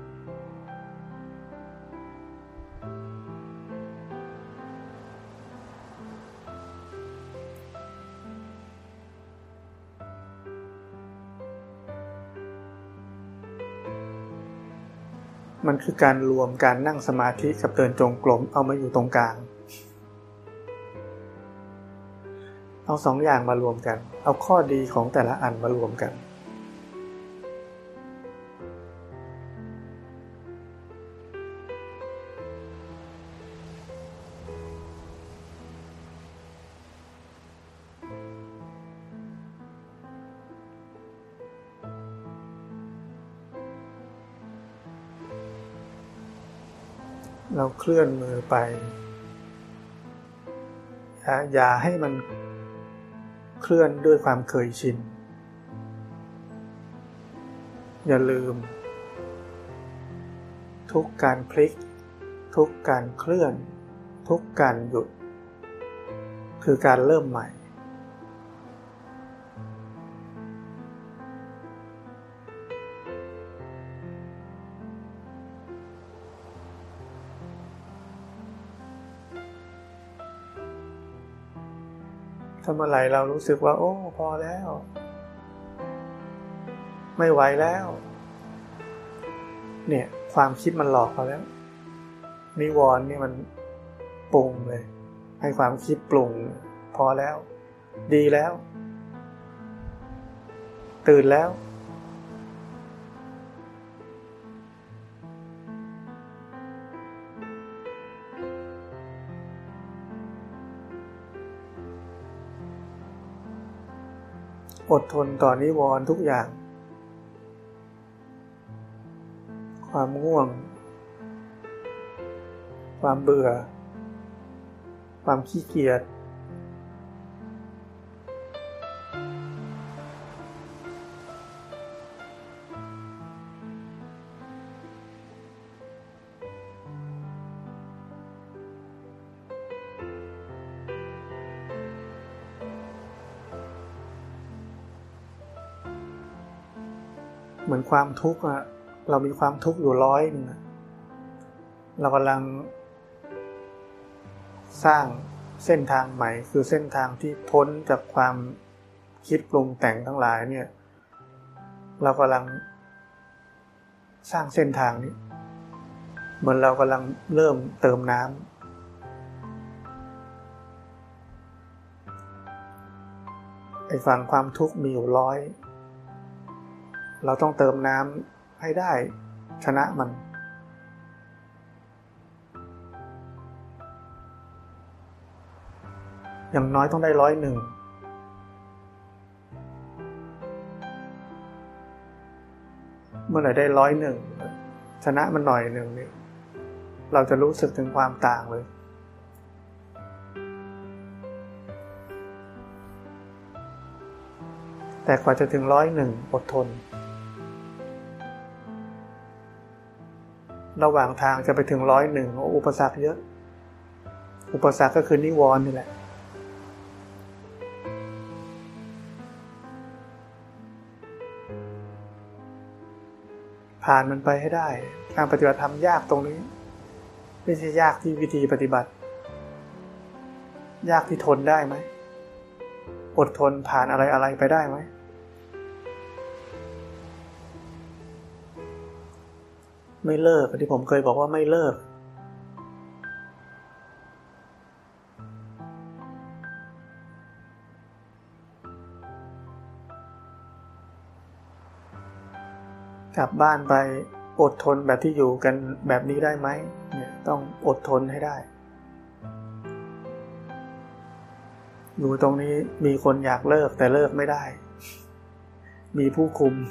มันคือการรวมการนั่งสมาธิกับเดินจงกรมเอามาอยู่ตรงกลางเอา2อย่างมารวมกันเอาข้อดีของแต่ละอันมารวมกันเราเคลื่อนมือไปอย่าให้มันเคลื่อนด้วยความเคยชินอย่าลืมทุกการพลิกทุกการเคลื่อนทุกการหยุดคือการเริ่มใหม่ถ้าเมื่อไหร่เรารู้สึกว่าโอ้พอแล้วไม่ไหวแล้วเนี่ยความคิดมันหลอกเราแล้วนิวรณ์นี่มันปรุงเลยให้ความคิดปรุงพอแล้วดีแล้วตื่นแล้วอดทนต่อนิวรณ์ทุกอย่างความง่วงความเบื่อความขี้เกียจเหมือนความทุกข์อะเรามีความทุกข์อยู่100เรากำลังสร้างเส้นทางใหม่คือเส้นทางที่พ้นจากความคิดปรุงแต่งทั้งหลายเนี่ยเรากำลังสร้างเส้นทางนี้เหมือนเรากำลังเริ่มเติมน้ำไอ้ฝั่งความทุกข์มีอยู่100เราต้องเติมน้ำให้ได้ชนะมันอย่างน้อยต้องได้101เมื่อไหร่ได้101ชนะมันหน่อยหนึ่งนี่เราจะรู้สึกถึงความต่างเลยแต่กว่าจะถึง101อดทนระหว่างทางจะไปถึง101อุปสรรคเยอะอุปสรรคก็คือนิวรณ์นี่แหละผ่านมันไปให้ได้การปฏิบัติธรรมยากตรงนี้ไม่ใช่ยากที่วิธีปฏิบัติยากที่ทนได้ไหมอดทนผ่านอะไรไปได้ไหมไม่เลิกที่ผมเคยบอกว่าไม่เลิกกลับบ้านไปอดทนแบบที่อยู่กันแบบนี้ได้ไหมเนี่ยต้องอดทนให้ได้อยู่ตรงนี้มีคนอยากเลิกแต่เลิกไม่ได้มีผู้คุม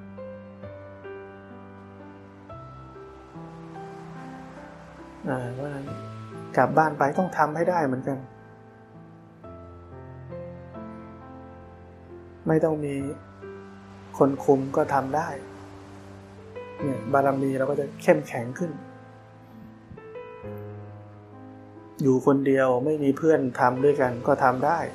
เพราะฉะนั้นกลับบ้านไปต้องทำให้ได้เหมือนกันไม่ต้องมีคนคุมก็ทำได้เนี่ยบารมีเราก็จะเข้มแข็งขึ้นอยู่คนเดียวไม่มีเพื่อนทำด้วยกันก็ทำได้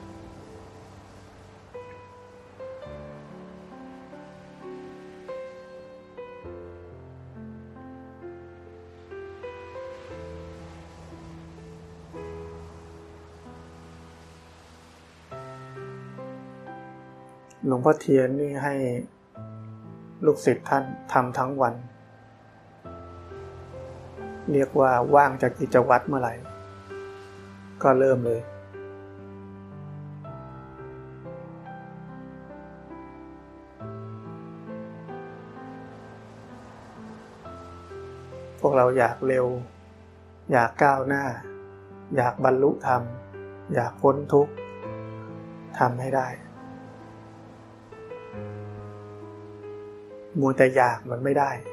หลวงพ่อเทียนนี่ให้ลูกศิษย์ท่านทำทั้งวันเรียกว่าว่างจากกิจวัตรเมื่อไหร่ก็เริ่มเลยพวกเราอยากเร็วอยากก้าวหน้าอยากบรรลุธรรมอยากพ้นทุกข์ทำให้ได้มัวแต่อยากมันไม่ได้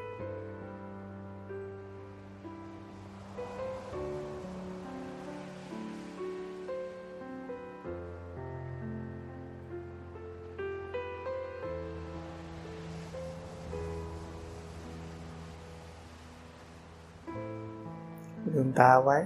ลืมตาไว้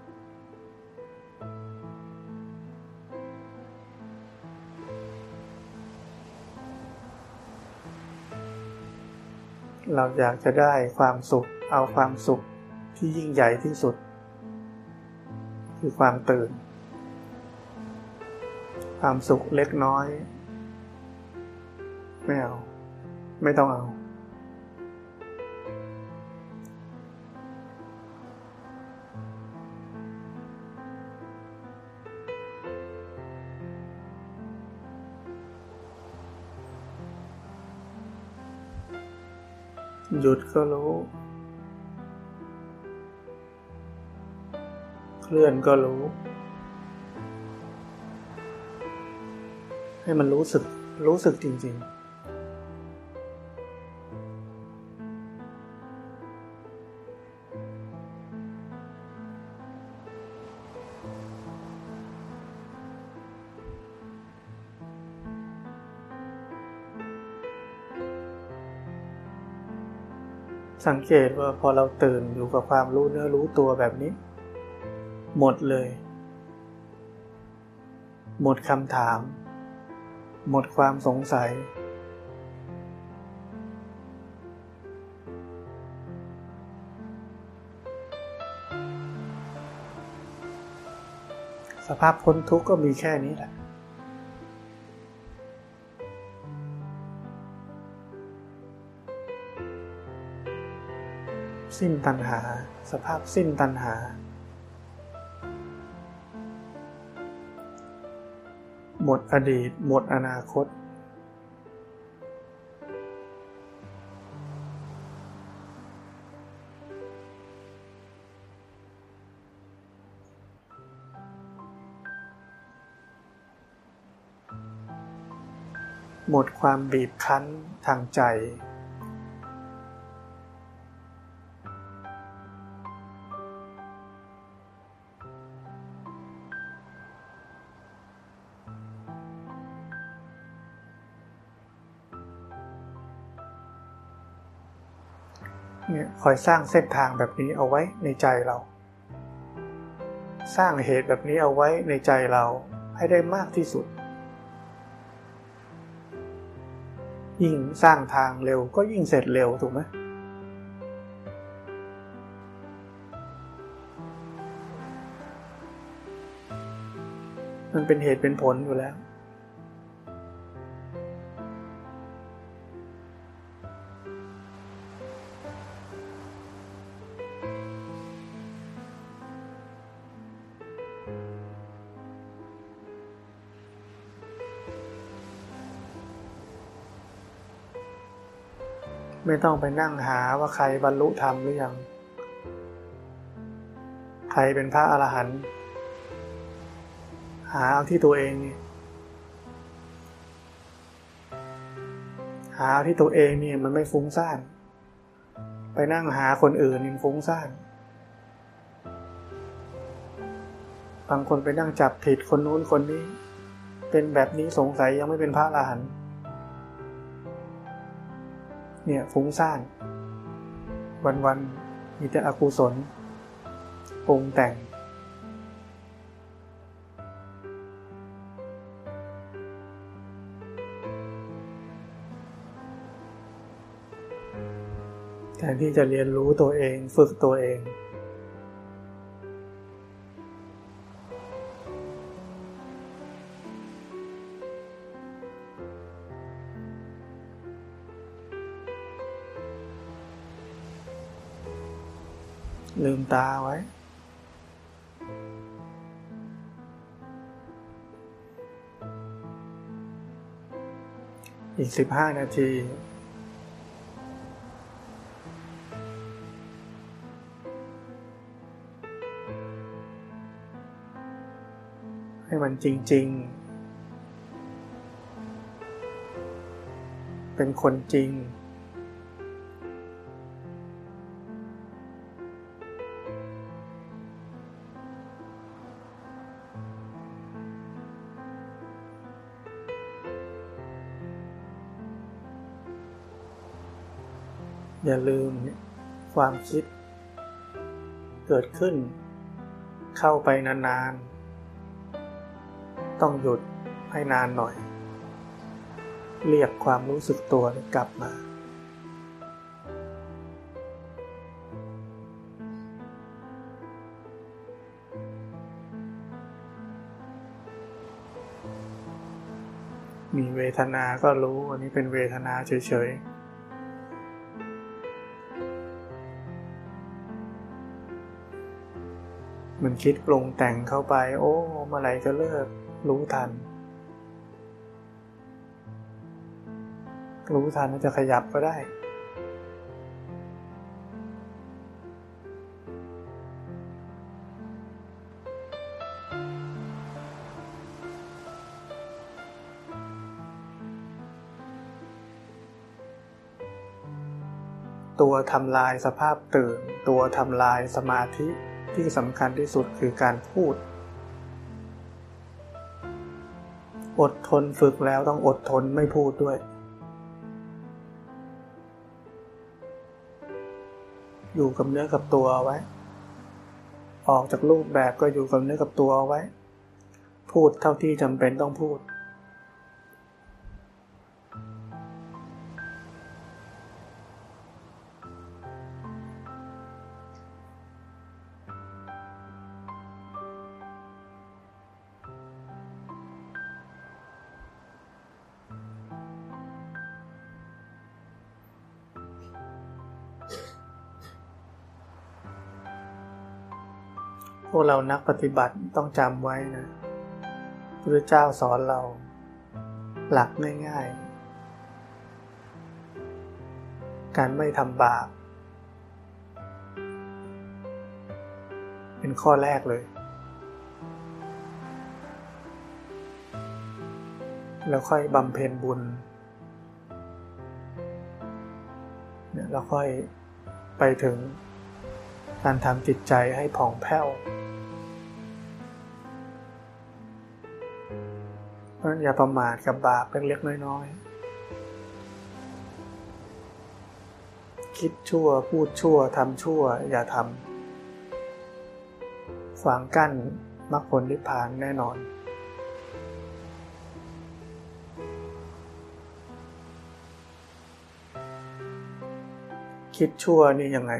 เราอยากจะได้ความสุขเอาความสุขที่ยิ่งใหญ่ที่สุดคือความตื่นความสุขเล็กน้อยไม่เอาไม่ต้องเอาหยุดก็รู้เคลื่อนก็รู้ให้มันรู้สึกจริงๆสังเกตว่าพอเราตื่นอยู่กับความรู้เนื้อรู้ตัวแบบนี้หมดเลยหมดคำถามหมดความสงสัยภาพพ้นทุกข์ก็มีแค่นี้แหละสิ้นตัณหาสภาพสิ้นตัณหาหมดอดีตหมดอนาคตหมดความบีบคั้นทางใจเนี่ยคอยสร้างเส้นทางแบบนี้เอาไว้ในใจเราสร้างเหตุแบบนี้เอาไว้ในใจเราให้ได้มากที่สุดยิ่งสร้างทางเร็วก็ยิ่งเสร็จเร็วถูกไหมมันเป็นเหตุเป็นผลอยู่แล้วไม่ต้องไปนั่งหาว่าใครบรรลุธรรมหรือยังใครเป็นพระอรหันต์หาเอาที่ตัวเองนี่หาเอาที่ตัวเองนี่มันไม่ฟุ้งซ่านไปนั่งหาคนอื่นนี่ฟุ้งซ่านบางคนไปนั่งจับผิดคนนู้นคนนี้เป็นแบบนี้สงสัยยังไม่เป็นพระอรหันต์เนี่ยฟุ้งซ่านวันๆมีแต่อกุศลปรุงแต่งแทนที่จะเรียนรู้ตัวเองฝึกตัวเองลืมตาไว้อีก15 นาทีให้มันจริงๆเป็นคนจริงอย่าลืมความคิดเกิดขึ้นเข้าไปนานๆต้องหยุดให้นานหน่อยเรียกความรู้สึกตัวกลับมามีเวทนาก็รู้อันนี้เป็นเวทนาเฉยๆมันคิดปรุงแต่งเข้าไปโอ้เมื่อไหร่จะเลิกรู้ทันมันจะขยับก็ได้ตัวทำลายสภาพตื่นตัวทำลายสมาธิที่สำคัญที่สุดคือการพูดอดทนฝึกแล้วต้องอดทนไม่พูดด้วยอยู่กับเนื้อกับตัวไว้ออกจากรูปแบบก็อยู่กับเนื้อกับตัวไว้พูดเท่าที่จำเป็นต้องพูดพวกเรานักปฏิบัติต้องจำไว้นะพระเจ้าสอนเราหลักง่ายๆการไม่ทำบาปเป็นข้อแรกเลยแล้วค่อยบำเพ็ญบุญเนี่ยแล้วค่อยไปถึงการทำจิตใจให้ผ่องแผ้วเพราะฉะนั้นอย่าประมาทกับบาปเล็กๆน้อยๆคิดชั่วพูดชั่วทำชั่วอย่าทำขวางกั้นมรรคผลนิพพานแน่นอนคิดชั่วนี่ยังไง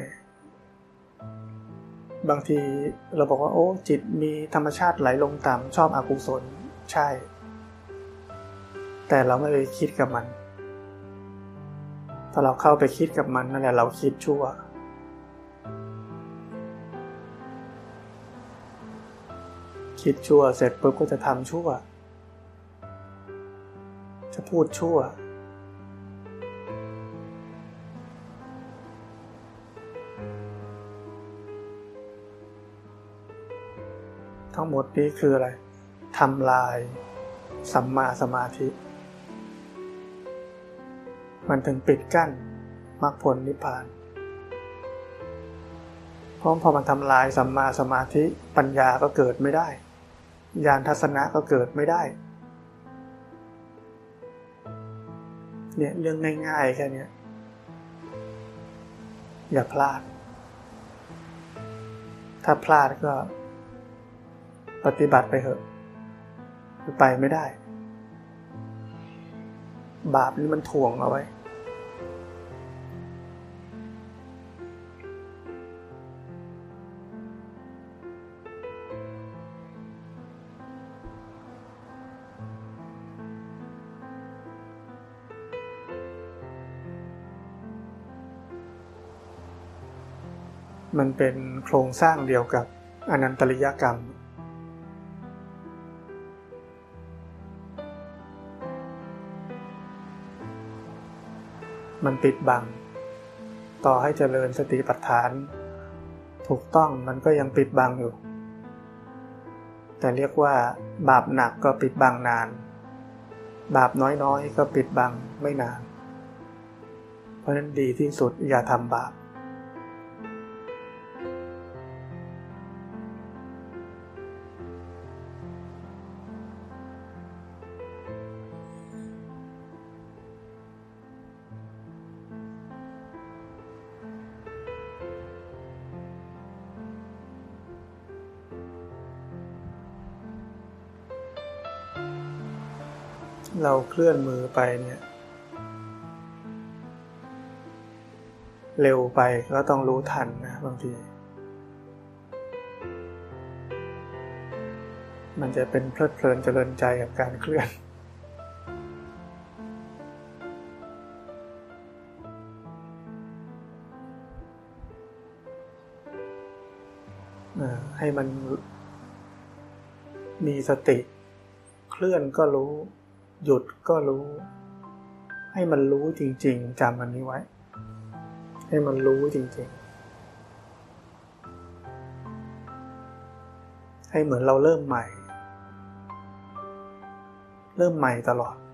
บางทีเราบอกว่าโอ้จิตมีธรรมชาติไหลลงต่ำชอบอกุศลใช่แต่เราไม่ไปคิดกับมันถ้าเราเข้าไปคิดกับมันนั่นแหละเราคิดชั่วคิดชั่วเสร็จปุ๊บก็จะทำชั่วจะพูดชั่วทั้งหมดนี้คืออะไรทำลายสัมมาสมาธิมันถึงปิดกั้นมรรคผลนิพพานเพราะพอมันทำลายสัมมาสมาธิปัญญาก็เกิดไม่ได้ญาณทัศนะก็เกิดไม่ได้เนี่ยเรื่องง่ายๆแค่นี้อย่าพลาดถ้าพลาดก็ปฏิบัติไปเถอะไปไม่ได้บาปนี่มันถ่วงเอาไว้มันเป็นโครงสร้างเดียวกับอนันตริยกรรมมันปิดบังต่อให้เจริญสติปัฏฐานถูกต้องมันก็ยังปิดบังอยู่แต่เรียกว่าบาปหนักก็ปิดบังนานบาปน้อยๆก็ปิดบังไม่นานเพราะฉะนั้นดีที่สุดอย่าทำบาปเราเคลื่อนมือไปเนี่ยเร็วไปก็ต้องรู้ทันนะบางทีมันจะเป็นเพลิดเพลินเจริญใจกับการเคลื่อนให้มันมีสติเคลื่อนก็รู้หยุดก็รู้ให้มันรู้จริงๆจำอันนี้ไว้ให้มันรู้จริงๆให้เหมือนเราเริ่มใหม่ตลอด